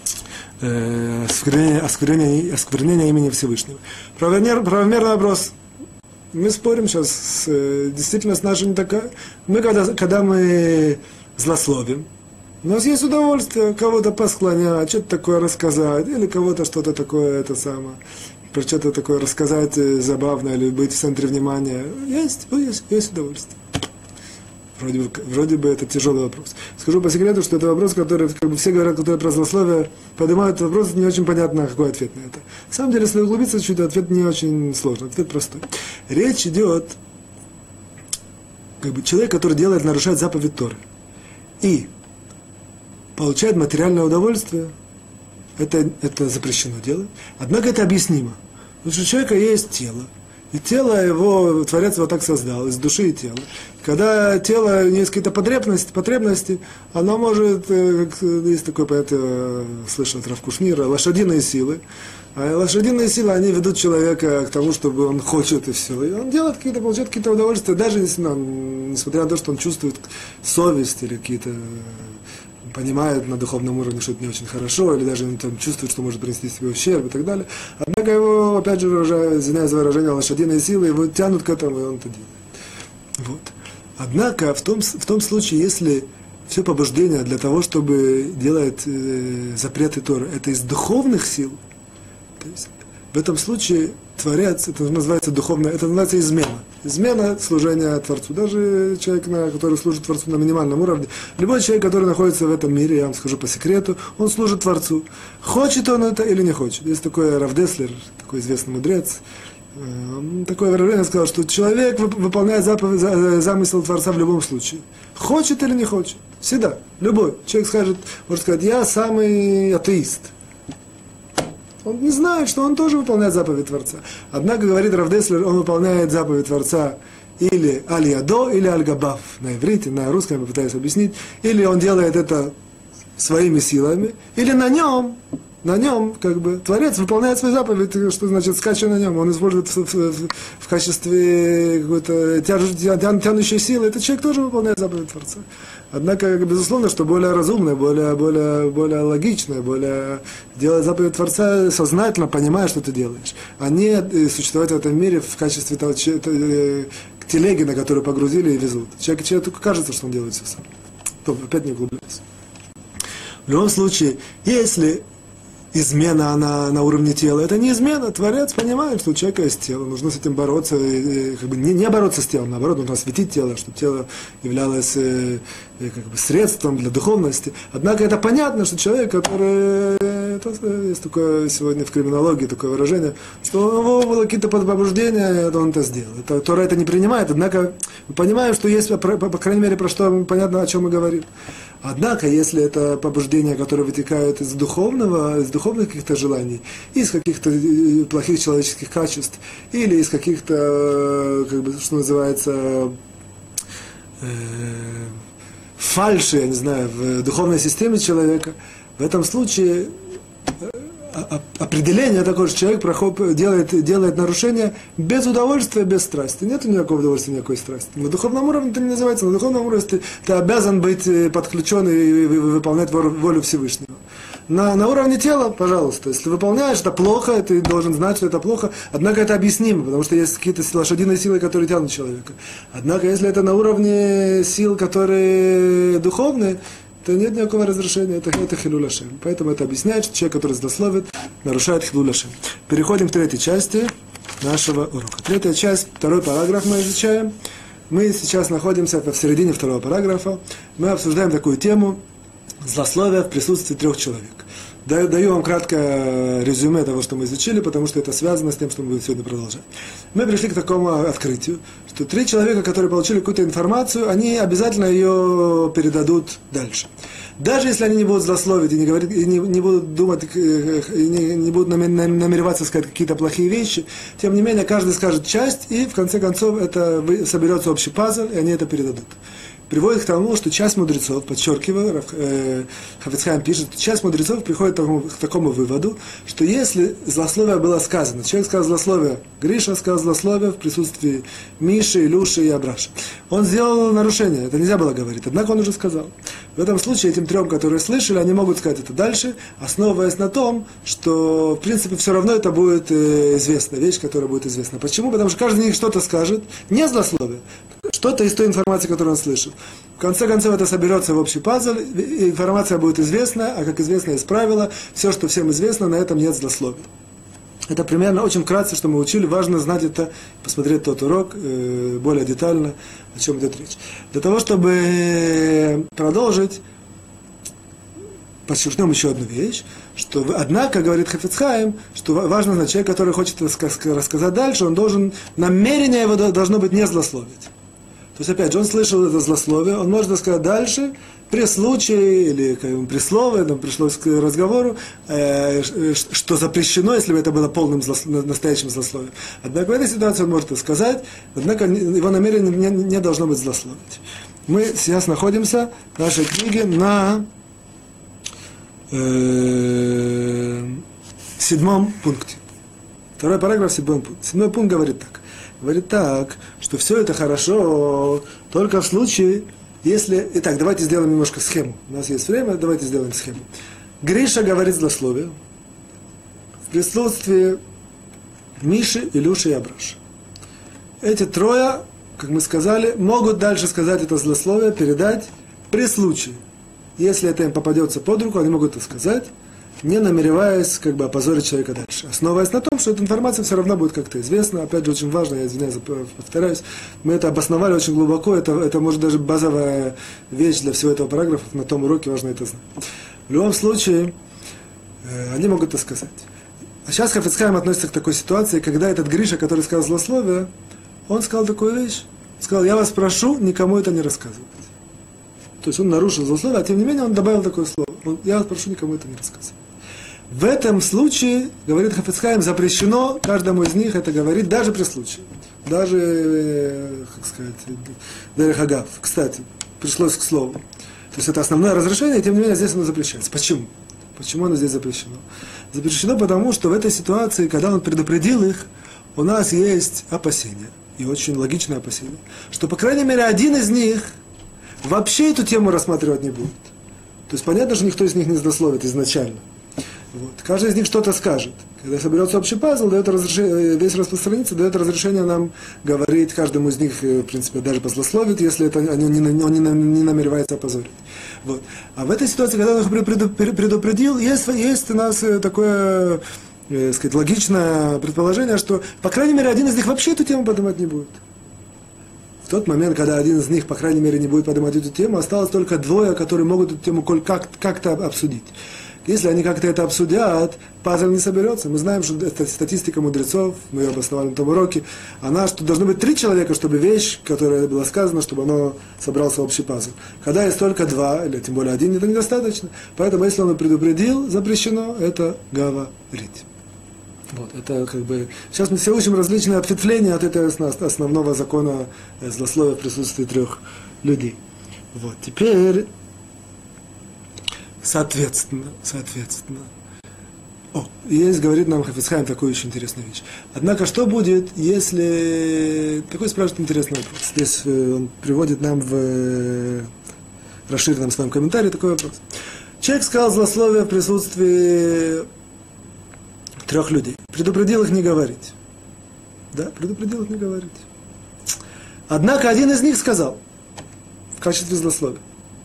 э, осквернение, осквернение, осквернение имени Всевышнего. Правомер, правомерный вопрос. Мы спорим сейчас, с, действительность наша не такая. Мы, когда, когда мы злословим, у нас есть удовольствие кого-то посклонять, что-то такое рассказать, или кого-то что-то такое, это самое, про что-то такое рассказать забавное, или быть в центре внимания. Есть, есть, есть удовольствие. Вроде бы, вроде бы это тяжелый вопрос. Скажу по секрету, что это вопрос, который, как бы все говорят, которые про злословие, поднимают этот вопрос, не очень понятно, какой ответ на это. На самом деле, если углубиться чуть, ответ не очень сложный, ответ простой. Речь идет, как бы, человек, который делает, нарушает заповедь Торы. И получает материальное удовольствие, это, это запрещено делать. Однако это объяснимо. Потому что у человека есть тело, и тело его, Творец его так создал, из души и тела. Когда тело, у него есть какие-то потребности, потребности, оно может, как есть такое понятие, слышал от Рав Кушнира, лошадиные силы. А лошадиные силы, они ведут человека к тому, чтобы он хочет и все. И он делает какие-то, получает какие-то удовольствия, даже если, ну, несмотря на то, что он чувствует совесть или какие-то... понимает на духовном уровне, что это не очень хорошо, или даже он там чувствует, что может принести себе ущерб и так далее. Однако его, опять же, уже, извиняюсь за выражение, лошадиные силы его тянут к этому, и он это делает. Вот. Однако в том, в том случае, если все побуждение для того, чтобы делать э, запреты Торы, это из духовных сил, то есть в этом случае Творец, это называется духовное, это называется измена. Измена служения Творцу. Даже человек, который служит Творцу на минимальном уровне, любой человек, который находится в этом мире, я вам скажу по секрету, он служит Творцу. Хочет он это или не хочет. Есть такой Рав Деслер, такой известный мудрец, такое выражение сказал, что человек выполняет заповедь, замысел Творца в любом случае. Хочет или не хочет. Всегда. Любой. Человек скажет, может сказать, я самый атеист. Он не знает, что он тоже выполняет заповедь Творца. Однако, говорит Рав Деслер, он выполняет заповедь Творца или аль-ядо, или аль-габав. На иврите, на русском я попытаюсь объяснить. Или он делает это своими силами, или на нем, на нем, как бы, Творец выполняет свою заповедь, что значит скача на нем. Он использует в, в, в, в качестве какой-то тяж, тян, тянущей силы. Этот человек тоже выполняет заповедь Творца. Однако, безусловно, что более разумное, более, более, более логичное, более делать заповедь Творца сознательно, понимая, что ты делаешь, а не существовать в этом мире в качестве того, телеги, на которую погрузили и везут. Человек, человек только кажется, что он делает все сам. То, опять не углубляйся. В любом случае, если измена, она на уровне тела, это не измена. Творец понимает, что у человека есть тело, нужно с этим бороться, и, как бы, не, не бороться с телом, наоборот, нужно осветить тело, чтобы тело являлось э, как бы, средством для духовности. Однако это понятно, что человек, который, это, есть такое сегодня в криминологии такое выражение, что у него было какие-то побуждения, то он это сделал. Это, Тора это не принимает, однако мы понимаем, что есть, по, по, по крайней мере, про что понятно, о чем мы говорим. Однако, если это побуждения, которые вытекают из духовного, из духовных каких-то желаний, из каких-то плохих человеческих качеств, или из каких-то, как бы, что называется, э, фальши, я не знаю, в духовной системе человека, в этом случае определение такое, что человек проход, делает, делает нарушение без удовольствия, без страсти. Нет никакого удовольствия, никакой страсти. На духовном уровне это не называется. На духовном уровне ты, ты обязан быть подключен и выполнять волю Всевышнего. На, на уровне тела, пожалуйста, если выполняешь, это плохо, ты должен знать, что это плохо. Однако это объяснимо, потому что есть какие-то лошадиные силы, которые тянут человека. Однако, если это на уровне сил, которые духовные, то нет никакого разрешения, это, это хилуль ашем. Поэтому это объясняет, что человек, который злословит, нарушает хилуль ашем. Переходим к третьей части нашего урока. Третья часть, второй параграф мы изучаем. Мы сейчас находимся в середине второго параграфа. Мы обсуждаем такую тему, злословие в присутствии трех человек. Даю вам краткое резюме того, что мы изучили, потому что это связано с тем, что мы будем сегодня продолжать. Мы пришли к такому открытию, что три человека, которые получили какую-то информацию, они обязательно ее передадут дальше. Даже если они не будут злословить и не, говорить, и не, не будут думать, и не, не будут намереваться сказать какие-то плохие вещи, тем не менее каждый скажет часть, и в конце концов это соберется общий пазл, и они это передадут. Приводит к тому, что часть мудрецов, подчеркиваю, э, Хафец Хаим пишет, часть мудрецов приходит к такому, к такому выводу, что если злословие было сказано, человек сказал злословие, Гриша сказал злословие в присутствии Миши, Илюши и Абраша, он сделал нарушение, это нельзя было говорить, однако он уже сказал. В этом случае этим трем, которые слышали, они могут сказать это дальше, основываясь на том, что в принципе все равно это будет э, известна, вещь, которая будет известна. Почему? Потому что каждый из них что-то скажет, не злословие, что-то из той информации, которую он слышит. В конце концов, это соберется в общий пазл, информация будет известна, а как известно из правила, все, что всем известно, на этом нет злословия. Это примерно очень вкратце, что мы учили, важно знать это, посмотреть тот урок э, более детально, о чем идет речь. Для того, чтобы продолжить, подчеркнем еще одну вещь, что, однако, говорит Хафец Хаим, что важно знать, человек, который хочет рассказать дальше, он должен, намерение его должно быть не злословить. То есть, опять же, он слышал это злословие, он может сказать дальше, при случае, или как бы, при слове, там пришлось к разговору, э, что запрещено, если бы это было полным злослов... настоящим злословием. Однако в этой ситуации он может это сказать, однако его намерение не, не должно быть злословить. Мы сейчас находимся в нашей книге на э, седьмом пункте. Второй параграф, седьмой пункт. Седьмой пункт говорит так. Говорит так, что все это хорошо только в случае, если... Итак, давайте сделаем немножко схему. У нас есть время, давайте сделаем схему. Гриша говорит злословие в присутствии Миши, Илюши и Абраша. Эти трое, как мы сказали, могут дальше сказать это злословие, передать при случае. Если это им попадется под руку, они могут это сказать, не намереваясь как бы опозорить человека дальше. Основываясь на том, что эта информация все равно будет как-то известна. Опять же, очень важно, я извиняюсь, повторяюсь, мы это обосновали очень глубоко, это, это может даже базовая вещь для всего этого параграфа, на том уроке важно это знать. В любом случае, э, они могут это сказать. А сейчас Хафец Хаим относится к такой ситуации, когда этот Гриша, который сказал злословие, он сказал такую вещь, сказал, я вас прошу никому это не рассказывать. То есть он нарушил злословие, а тем не менее он добавил такое слово. Он, я вас прошу никому это не рассказывать. В этом случае, говорит Хафец Хаим, запрещено каждому из них это говорить, даже при случае. Даже, э, как сказать, Дерех Агав. Кстати, пришлось к слову. То есть это основное разрешение, и тем не менее здесь оно запрещается. Почему? Почему оно здесь запрещено? Запрещено потому, что в этой ситуации, когда он предупредил их, у нас есть опасения, и очень логичное опасение, что, по крайней мере, один из них вообще эту тему рассматривать не будет. То есть понятно, что никто из них не злословит изначально. Вот. Каждый из них что-то скажет. Когда соберется общий пазл, дает разрешение, весь распространится, дает разрешение нам говорить каждому из них, в принципе, даже позлословит, если это, он, не, он не намеревается опозорить. Вот. А в этой ситуации, когда он их предупредил, есть, есть у нас такое, э, сказать, логичное предположение, что, по крайней мере, один из них вообще эту тему поднимать не будет. В тот момент, когда один из них, по крайней мере, не будет поднимать эту тему, осталось только двое, которые могут эту тему как- как-то обсудить. Если они как-то это обсудят, пазл не соберется. Мы знаем, что это статистика мудрецов, мы ее обосновали на том уроке, она, что должно быть три человека, чтобы вещь, которая была сказана, чтобы она собрался общий пазл. Когда есть только два, или тем более один, это недостаточно. Поэтому, если он предупредил, запрещено это говорить. Вот, это как бы... Сейчас мы все учим различные ответвления от этого основного закона злословия в присутствии трех людей. Вот, теперь... Соответственно, соответственно. О, есть, говорит нам Хафец Хаим, такую очень интересную вещь. Однако, что будет, если... Такой спрашивает интересный вопрос. Здесь он приводит нам в расширенном своем комментарии такой вопрос. Человек сказал злословие в присутствии трех людей. Предупредил их не говорить. Да, предупредил их не говорить. Однако один из них сказал в качестве злословия.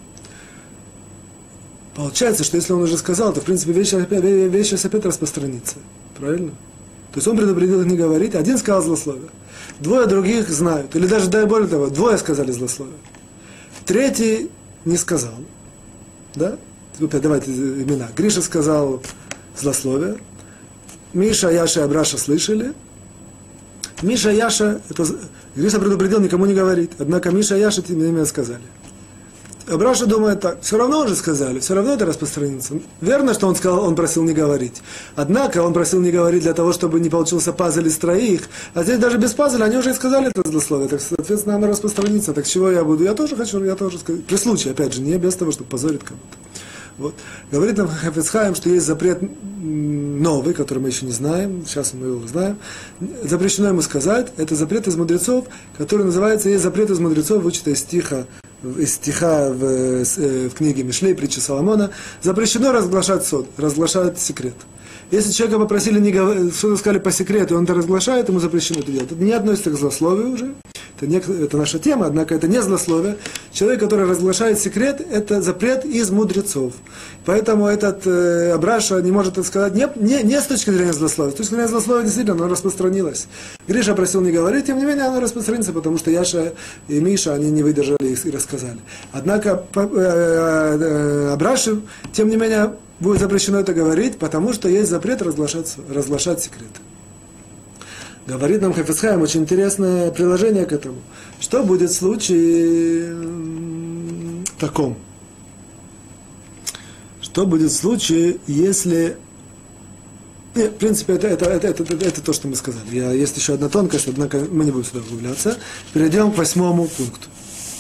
Получается, что если он уже сказал, то, в принципе, вещь, вещь сейчас опять распространится. Правильно? То есть он предупредил их не говорить, один сказал злословие. Двое других знают. Или даже, дай более того, двое сказали злословие. Третий не сказал. Да? давайте имена. Гриша сказал злословие. Миша, Яша и Абраша слышали. Миша, Яша, это, Гриша предупредил никому не говорить. Однако Миша и Яша тем не менее сказали. Абраша думает так, все равно уже сказали, все равно это распространится. Верно, что он сказал, он просил не говорить. Однако он просил не говорить для того, чтобы не получился пазл из троих. А здесь даже без пазля они уже и сказали это злословие. Так, соответственно, оно распространится. Так чего я буду? Я тоже хочу, я тоже скажу. При случае, опять же, не без того, чтобы позорить кого-то. Вот. Говорит нам Хафец Хаим, что есть запрет новый, который мы еще не знаем, сейчас мы его знаем. Запрещено ему сказать, это запрет из мудрецов, который называется, есть запрет из мудрецов, вычитая из стиха, из стиха в, в книге Мишлей, притчи Соломона, запрещено разглашать сод, разглашать секрет. Если человека попросили не говорить, что-то сказали по секрету, и он это разглашает, ему запрещено это делать. Это не относится к злословию уже. Это, не, это наша тема, однако это не злословие. Человек, который разглашает секрет, это запрет из мудрецов. Поэтому этот э, Абраша не может это сказать не, не, не с точки зрения злословия. С точки зрения злословия действительно оно распространилось. Гриша просил не говорить, тем не менее оно распространится, потому что Яша и Миша, они не выдержали и рассказали. Однако э, э, Абраше, тем не менее, будет запрещено это говорить, потому что есть запрет разглашать, разглашать секреты. Говорит нам Хафец Хаим очень интересное приложение к этому. Что будет в случае таком? Что будет в случае, если... Нет, в принципе, это, это, это, это, это, это то, что мы сказали. Я, есть еще одна тонкость, однако мы не будем сюда углубляться. Перейдем к восьмому пункту.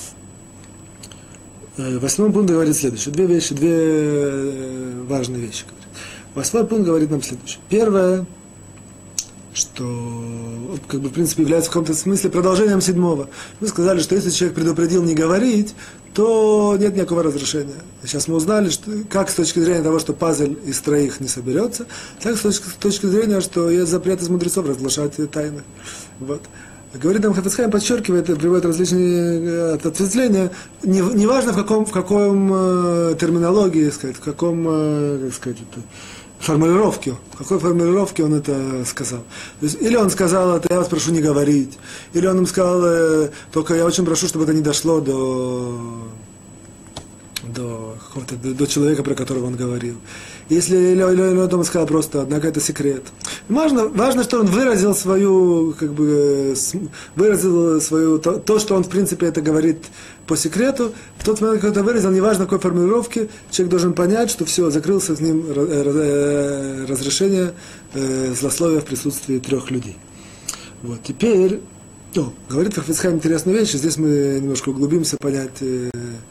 Восьмой пункт говорит следующее. Две вещи, две важные вещи. Восьмой пункт говорит нам следующее. Первое, что, как бы, в принципе, является в каком-то смысле продолжением седьмого. Мы сказали, что если человек предупредил не говорить, то нет никакого разрешения. Сейчас мы узнали, что, как с точки зрения того, что пазл из троих не соберется, так с точки, с точки зрения, что есть запрет из мудрецов разглашать тайны. Вот. Говорит нам Хафец Хаим, подчеркивает, приводит различные ответвления, не, не важно в каком, в каком э, терминологии, сказать, в каком, э, как сказать, это, формулировке, в какой формулировке он это сказал. То есть, или он сказал это, я вас прошу не говорить, или он им сказал, э, только я очень прошу, чтобы это не дошло до, до, до, до человека, про которого он говорил. Если или, или, или он сказал просто, однако это секрет. Важно, важно, что он выразил свою, как бы, выразил свою, то, то, что он, в принципе, это говорит по секрету. В тот момент, когда это выразил, неважно какой формулировке, человек должен понять, что все, закрылся с ним разрешение э, злословия в присутствии трех людей. Вот, теперь, о, говорит Хафец Хаим интересную вещь, здесь мы немножко углубимся, понять... Э,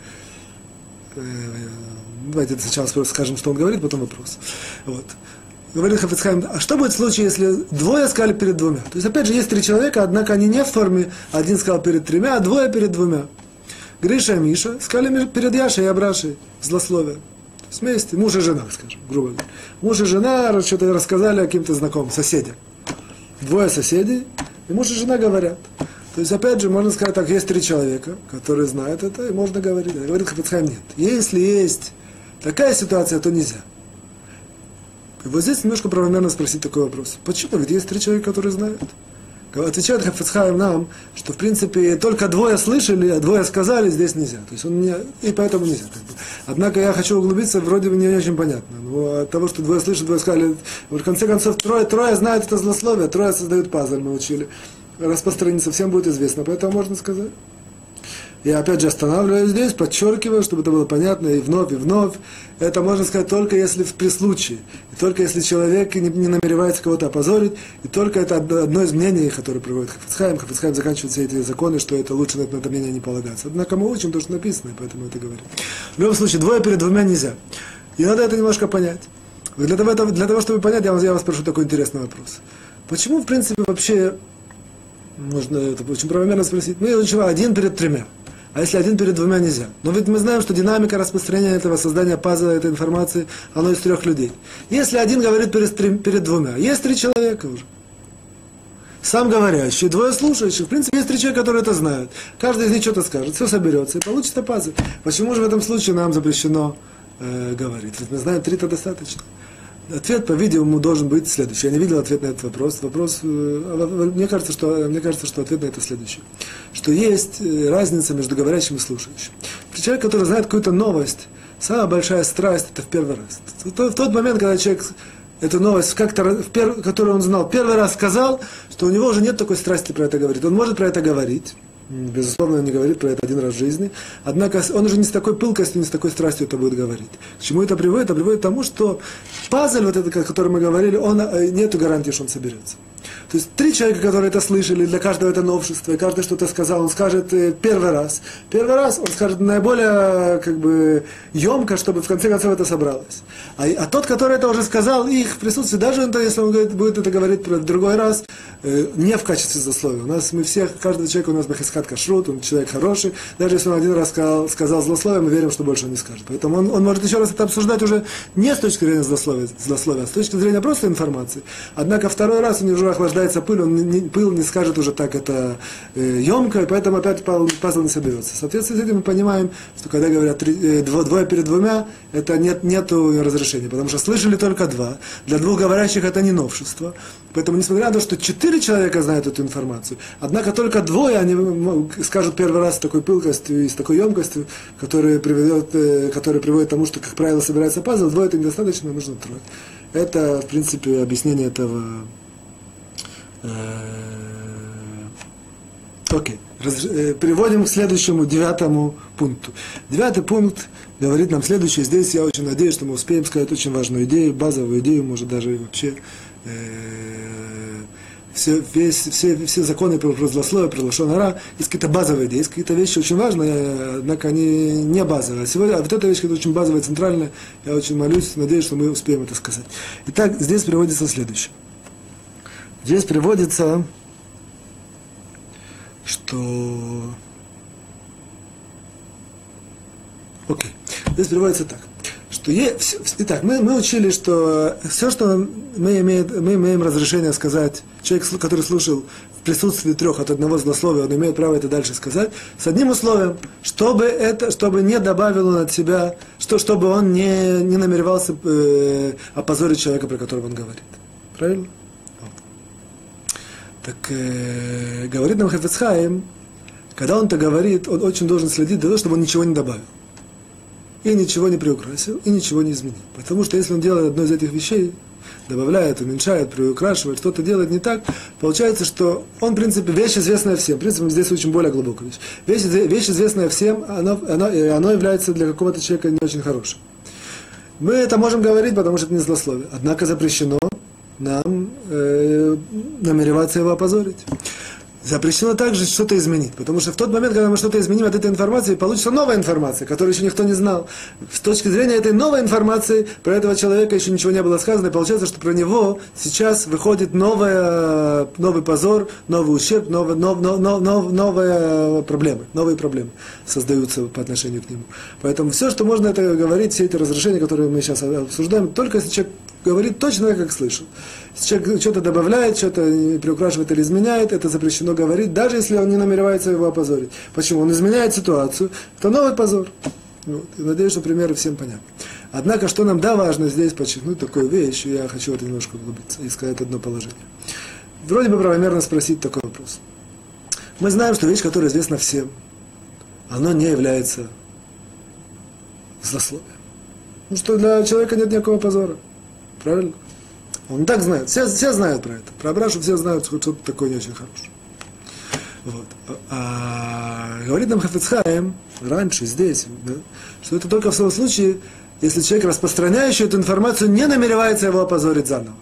э, Давайте сначала скажем, что он говорит, потом вопрос. Вот. Говорит Хафец Хаим, а что будет в случае, если двое сказали перед двумя? То есть, опять же, есть три человека, однако они не в форме, один сказал перед тремя, а двое перед двумя. Гриша и Миша сказали перед Яшей и Абрашей злословие. То есть, вместе, муж и жена, скажем, грубо говоря. Муж и жена что-то рассказали каким-то знакомым, соседям. Двое соседей, и муж и жена говорят. То есть, опять же, можно сказать так, есть три человека, которые знают это, и можно говорить. Говорит Хафец Хаим, нет. Если есть такая ситуация, то нельзя. И вот здесь немножко правомерно спросить такой вопрос. Почему? Ведь есть три человека, которые знают. Отвечает Хафец Хаим нам, что, в принципе, только двое слышали, а двое сказали, здесь нельзя. То есть он не, и поэтому нельзя. Как бы. Однако я хочу углубиться, вроде бы не очень понятно. Но от того, что двое слышали, двое сказали, в конце концов, трое, трое знают это злословие, трое создают пазл, мы учили. Распространиться всем будет известно, поэтому можно сказать. Я опять же останавливаюсь здесь, подчеркиваю, чтобы это было понятно, и вновь, и вновь. Это можно сказать только если при случае, и только если человек не, не намеревается кого-то опозорить, и только это одно из мнений, которое приводит Хафец Хаим. Хафец Хаим заканчивает все эти законы, что это лучше на это мнение не полагаться. Однако мы учим то, что написано, и поэтому это говорим. В любом случае, двое перед двумя нельзя. И надо это немножко понять. Для того, для того чтобы понять, я вас, я вас спрошу такой интересный вопрос. Почему, в принципе, вообще, можно это очень правомерно спросить, мы учим один перед тремя. А если один перед двумя нельзя? Но ведь мы знаем, что динамика распространения этого создания пазла, этой информации, оно из трех людей. Если один говорит перед, перед двумя, есть три человека уже. Сам говорящий, двое слушающих. В принципе, есть три человека, которые это знают. Каждый из них что-то скажет, все соберется и получится пазл. Почему же в этом случае нам запрещено э, говорить? Ведь мы знаем, три-то достаточно. Ответ, по-видимому, должен быть следующий. Я не видел ответ на этот вопрос. Вопрос, э, мне кажется, что, мне кажется, что ответ на это следующий. Что есть разница между говорящим и слушающим. Человек, который знает какую-то новость, Самая большая страсть – это в первый раз. В тот момент, когда человек эту новость, как-то, которую он знал, первый раз сказал, что у него уже нет такой страсти про это говорить. Он может про это говорить. Безусловно, он не говорит про это один раз в жизни. Однако он уже не с такой пылкостью, не с такой страстью это будет говорить. К чему это приводит? Это приводит к тому, что пазл, вот этот, о котором мы говорили, он, нету гарантии, что он соберется. То есть три человека, которые это слышали, для каждого это новшество, и каждый что-то сказал, он скажет первый раз. Первый раз он скажет наиболее как бы емко, чтобы в конце концов это собралось. А, а тот, который это уже сказал, их в присутствии, даже если он говорит, будет это говорить в другой раз, э, не в качестве злословия. У нас мы все, каждый человек у нас бахискат кашрут, он человек хороший. Даже если он один раз сказал, сказал злословие, мы верим, что больше он не скажет. Поэтому он, он может еще раз это обсуждать уже не с точки зрения злословия, злословия, а с точки зрения просто информации. Однако второй раз у него уже охлаждается пыль, он не, пыл не скажет уже так это э, емко, и поэтому опять пазл не соберется. Соответственно, с этим мы понимаем, что когда говорят три, э, дво, двое перед двумя, это нет, нету разрешения, потому что слышали только два. Для двух говорящих это не новшество. Поэтому, несмотря на то, что четыре человека знают эту информацию, однако только двое, они скажут первый раз с такой пылкостью и с такой емкостью, которая приведет, э, которая приводит к тому, что, как правило, собирается пазл, двое это недостаточно, нужно трое. Это, в принципе, объяснение этого. Окей. Okay. Переводим к следующему, девятому пункту. Девятый пункт говорит нам следующее. Здесь я очень надеюсь, что мы успеем сказать очень важную идею, базовую идею, может даже и вообще э, все, весь, все, все законы про, про злословие, про лашон ара, есть какие-то базовые идеи, есть какие-то вещи очень важные, однако они не базовые. А сегодня, а вот эта вещь, которая очень базовая, центральная, я очень молюсь, надеюсь, что мы успеем это сказать. Итак, здесь приводится следующее. Здесь приводится, что... Окей. Здесь приводится так, что е... Итак, мы, мы учили, что все, что мы имеем, мы имеем разрешение сказать, человек, который слушал в присутствии трех от одного злословия, он имеет право это дальше сказать, с одним условием, чтобы это, чтобы не добавил он от себя, что, чтобы он не, не намеревался э, опозорить человека, про которого он говорит. Правильно? Так э, говорит нам Хафец Хаим, когда он это говорит, он очень должен следить для того, чтобы он ничего не добавил. И ничего не приукрасил, и ничего не изменил. Потому что если он делает одну из этих вещей, добавляет, уменьшает, приукрашивает, что-то делает не так, получается, что он, в принципе, вещь известная всем. В принципе, здесь очень более глубокая вещь. Вещь, вещь известная всем, оно, оно, оно является для какого-то человека не очень хорошим. Мы это можем говорить, потому что это не злословие. Однако запрещено нам э, намереваться его опозорить. Запрещено также что-то изменить, потому что в тот момент, когда мы что-то изменим от этой информации, получится новая информация, которую еще никто не знал. С точки зрения этой новой информации, про этого человека еще ничего не было сказано, и получается, что про него сейчас выходит новая, новый позор, новый ущерб, новые, нов, нов, нов, нов, новые проблемы, новые проблемы создаются по отношению к нему. Поэтому все, что можно это говорить, все эти разрешения, которые мы сейчас обсуждаем, только если человек говорит точно так, как слышал. Если человек что-то добавляет, что-то приукрашивает или изменяет, это запрещено говорить, даже если он не намеревается его опозорить. Почему? Он изменяет ситуацию, это новый позор. Вот. И надеюсь, что примеры всем понятны. Однако, что нам да важно здесь подчеркнуть такую вещь, и я хочу в это немножко углубиться и сказать одно положение. Вроде бы правомерно спросить такой вопрос. Мы знаем, что вещь, которая известна всем, она не является злословием. Ну что для человека нет никакого позора. Правильно? Он так знает. Все, все знают про это. Про Абрашу все знают, что что-то такое не очень хорошее. Вот. А, говорит нам Хафец Хаим раньше, здесь, да, что это только в том случае, если человек, распространяющий эту информацию, не намеревается его опозорить заново.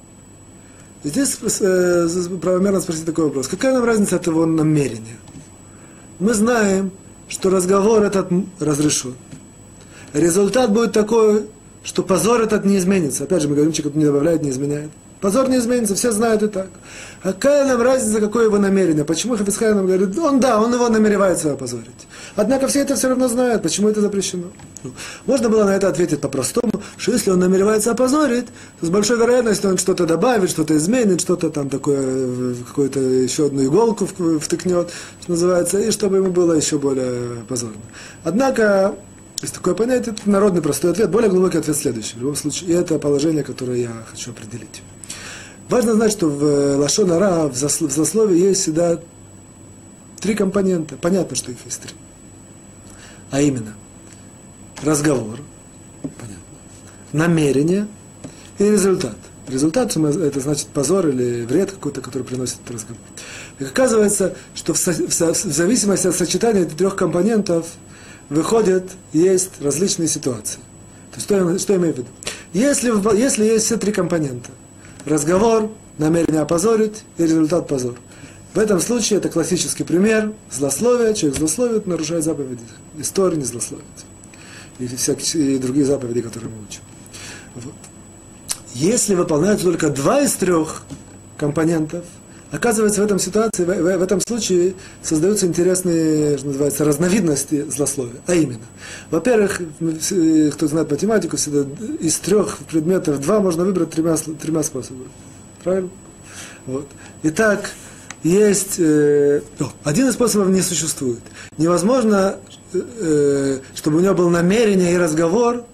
И здесь э, правомерно спросить такой вопрос. Какая нам разница от его намерения? Мы знаем, что разговор этот разрешен. Результат будет такой, что позор этот не изменится. Опять же, мы говорим, человек не добавляет, не изменяет. Позор не изменится, все знают и так. А какая нам разница, какое его намерение? Почему Хафец Хаим нам говорит, он да, он его намеревается опозорить. Однако все это все равно знают, почему это запрещено. Ну, можно было на это ответить по-простому, что если он намеревается опозорить, то с большой вероятностью он что-то добавит, что-то изменит, что-то там такое, какую-то еще одну иголку втыкнет, что называется, и чтобы ему было еще более позорно. Однако, есть такое понятие, это народный простой ответ, более глубокий ответ следующий. В любом случае, и это положение, которое я хочу определить. Важно знать, что в лашон ара, в злословии есть всегда три компонента. Понятно, что их есть три. А именно, разговор, понятно, намерение и результат. Результат – это значит позор или вред какой-то, который приносит этот разговор. И оказывается, что в, со, в, со, в зависимости от сочетания этих трех компонентов выходят, есть различные ситуации. То есть, что, я, что я имею в виду? Если, если есть все три компонента – разговор, намерение опозорить и результат позор. В этом случае это классический пример злословия. Человек злословит, нарушает заповеди. Истории не злословит. И всякие и другие заповеди, которые мы учим. Вот. Если выполняются только два из трех компонентов, оказывается, в этом ситуации, в, в, в этом случае создаются интересные, что называется, разновидности злословия. А именно, во-первых, кто знает математику, всегда из трех предметов два можно выбрать тремя, тремя способами. Правильно? Вот. Итак, есть... Э, о, один из способов не существует. Невозможно, э, чтобы у него было намерение и разговор,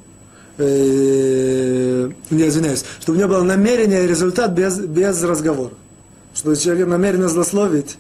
э, не извиняюсь, чтобы у него было намерение и результат без, без разговора. Что человек намеренно злословить,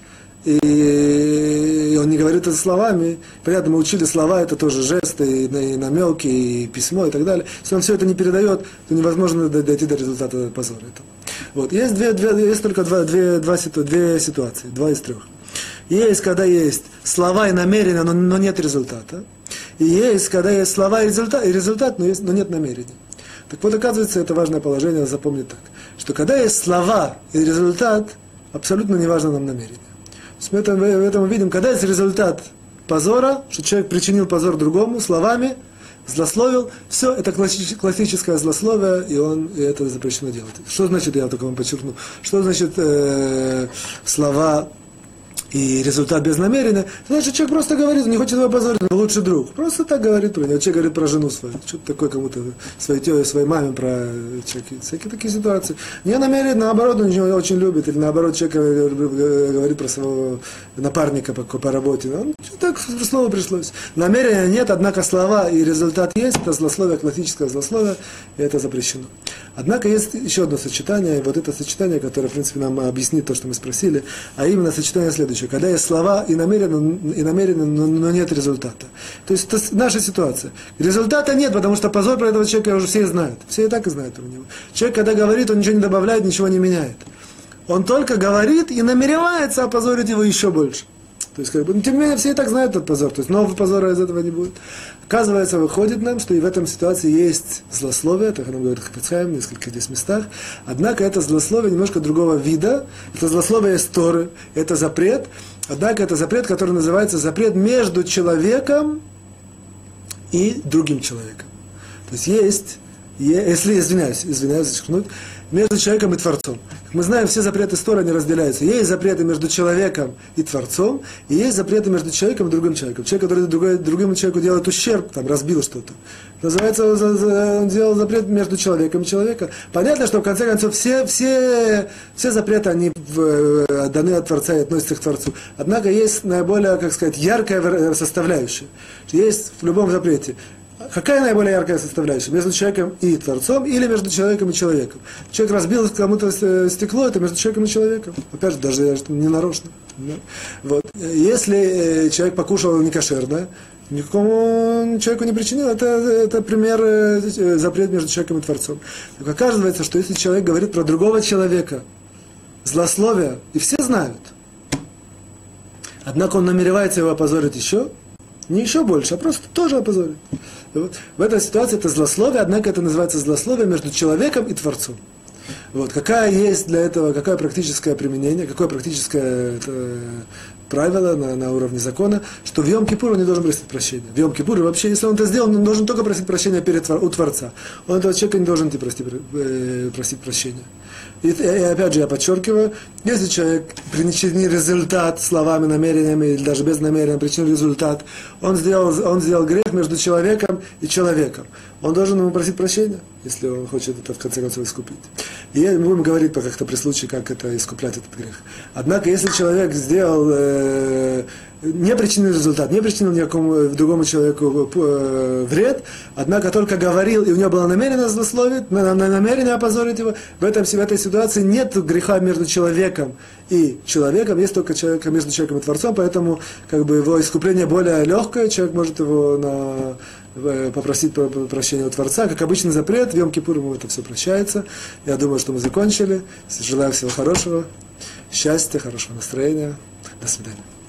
и он не говорит это словами. Понятно, мы учили слова, это тоже жесты, и намеки, и письмо, и так далее. Если он все это не передает, то невозможно дойти до результата позора этого. Вот. Есть, две, две, есть только два, две, два, две ситуации, два из трех. Есть, когда есть слова и намерения, но, но нет результата. И есть, когда есть слова и результат, и результат но, есть, но нет намерения. Так вот, оказывается, это важное положение, запомнить так, что когда есть слова и результат, абсолютно не важно нам намерение. То есть мы это, в этом видим, когда есть результат позора, что человек причинил позор другому словами, злословил, все, это классическое злословие, и, он, и это запрещено делать. Что значит, я только вам подчеркну, что значит э, слова и результат без намерения? Значит, человек просто говорит, не хочет его позорить, он лучший друг. Просто так говорит про него. Человек говорит про жену свою, что-то такое кому-то, своей тете, своей маме, про человека. Всякие такие ситуации. Не намеренно, наоборот, он его очень любит, или наоборот, человек говорит про своего напарника по, по работе. Он, так слово пришлось. Намерения нет, однако слова и результат есть, это злословие, классическое злословие, и это запрещено. Однако есть еще одно сочетание, и вот это сочетание, которое, в принципе, нам объяснит то, что мы спросили, а именно сочетание следующее. Когда есть слова и намеренно, и намеренно но, но нет результата. То есть это наша ситуация. Результата нет, потому что позор про этого человека уже все знают. Все и так и знают про него. Человек, когда говорит, он ничего не добавляет, ничего не меняет. Он только говорит и намеревается опозорить его еще больше. То есть, как бы, ну, тем не менее, все и так знают этот позор. То есть, нового позора из этого не будет. Оказывается, выходит нам, что и в этом ситуации есть злословие, так нам говорит Хафец Хаим в нескольких здесь местах. Однако это злословие немножко другого вида. Это злословие из Торы, это запрет. Однако это запрет, который называется запрет между человеком и другим человеком. То есть есть, если, извиняюсь, извиняюсь, зачеркнуть, между человеком и Творцом. Как мы знаем, все запреты Торы, они разделяются. Есть запреты между человеком и Творцом, и есть запреты между человеком и другим человеком. Человек, который другой, другому человеку делает ущерб, там, разбил что-то. Называется, он делал запрет между человеком и человеком. Понятно, что в конце концов все, все, все запреты, они в, даны от Творца и относятся к Творцу. Однако есть наиболее, как сказать, яркая составляющая. Есть в любом запрете. Какая наиболее яркая составляющая? Между человеком и Творцом или между человеком и человеком? Человек разбил кому-то стекло, это между человеком и человеком. Опять же, даже не нарочно. Да? Вот. Если человек покушал некошерно, никакому человеку не причинил, это, это пример запрет между человеком и Творцом. Так оказывается, что если человек говорит про другого человека, злословие, и все знают, однако он намеревается его опозорить еще, не еще больше, а просто тоже опозорить. Вот. В этой ситуации это злословие, однако это называется злословие между человеком и Творцом. Вот. Какая есть для этого, какое практическое применение, какое практическое это, правило на, на уровне закона, что в Йом-Кипур он не должен просить прощения. В Йом-Кипур вообще, если он это сделал, он должен только просить прощения перед, у Творца. Он этого человека не должен идти просить, просить прощения. И, и опять же я подчеркиваю, если человек причинил результат словами, намерениями или даже без намерения причинил результат, он сделал, он сделал грех между человеком и человеком. Он должен ему просить прощения, если он хочет это в конце концов искупить. И мы будем говорить как-то при случае, как это искуплять этот грех. Однако, если человек сделал, э, не причинил результат, не причинил никакому другому человеку э, вред, однако только говорил, и у него было намерение злословить, намерение опозорить его, в, этом, в этой ситуации нет греха между человеком и человеком, есть только человек, между человеком и Творцом, поэтому как бы, его искупление более легкое, человек может его на, попросить прощения у Творца. Как обычный запрет, в Йом-Кипур ему это все прощается. Я думаю, что мы закончили. Желаю всего хорошего, счастья, хорошего настроения. До свидания.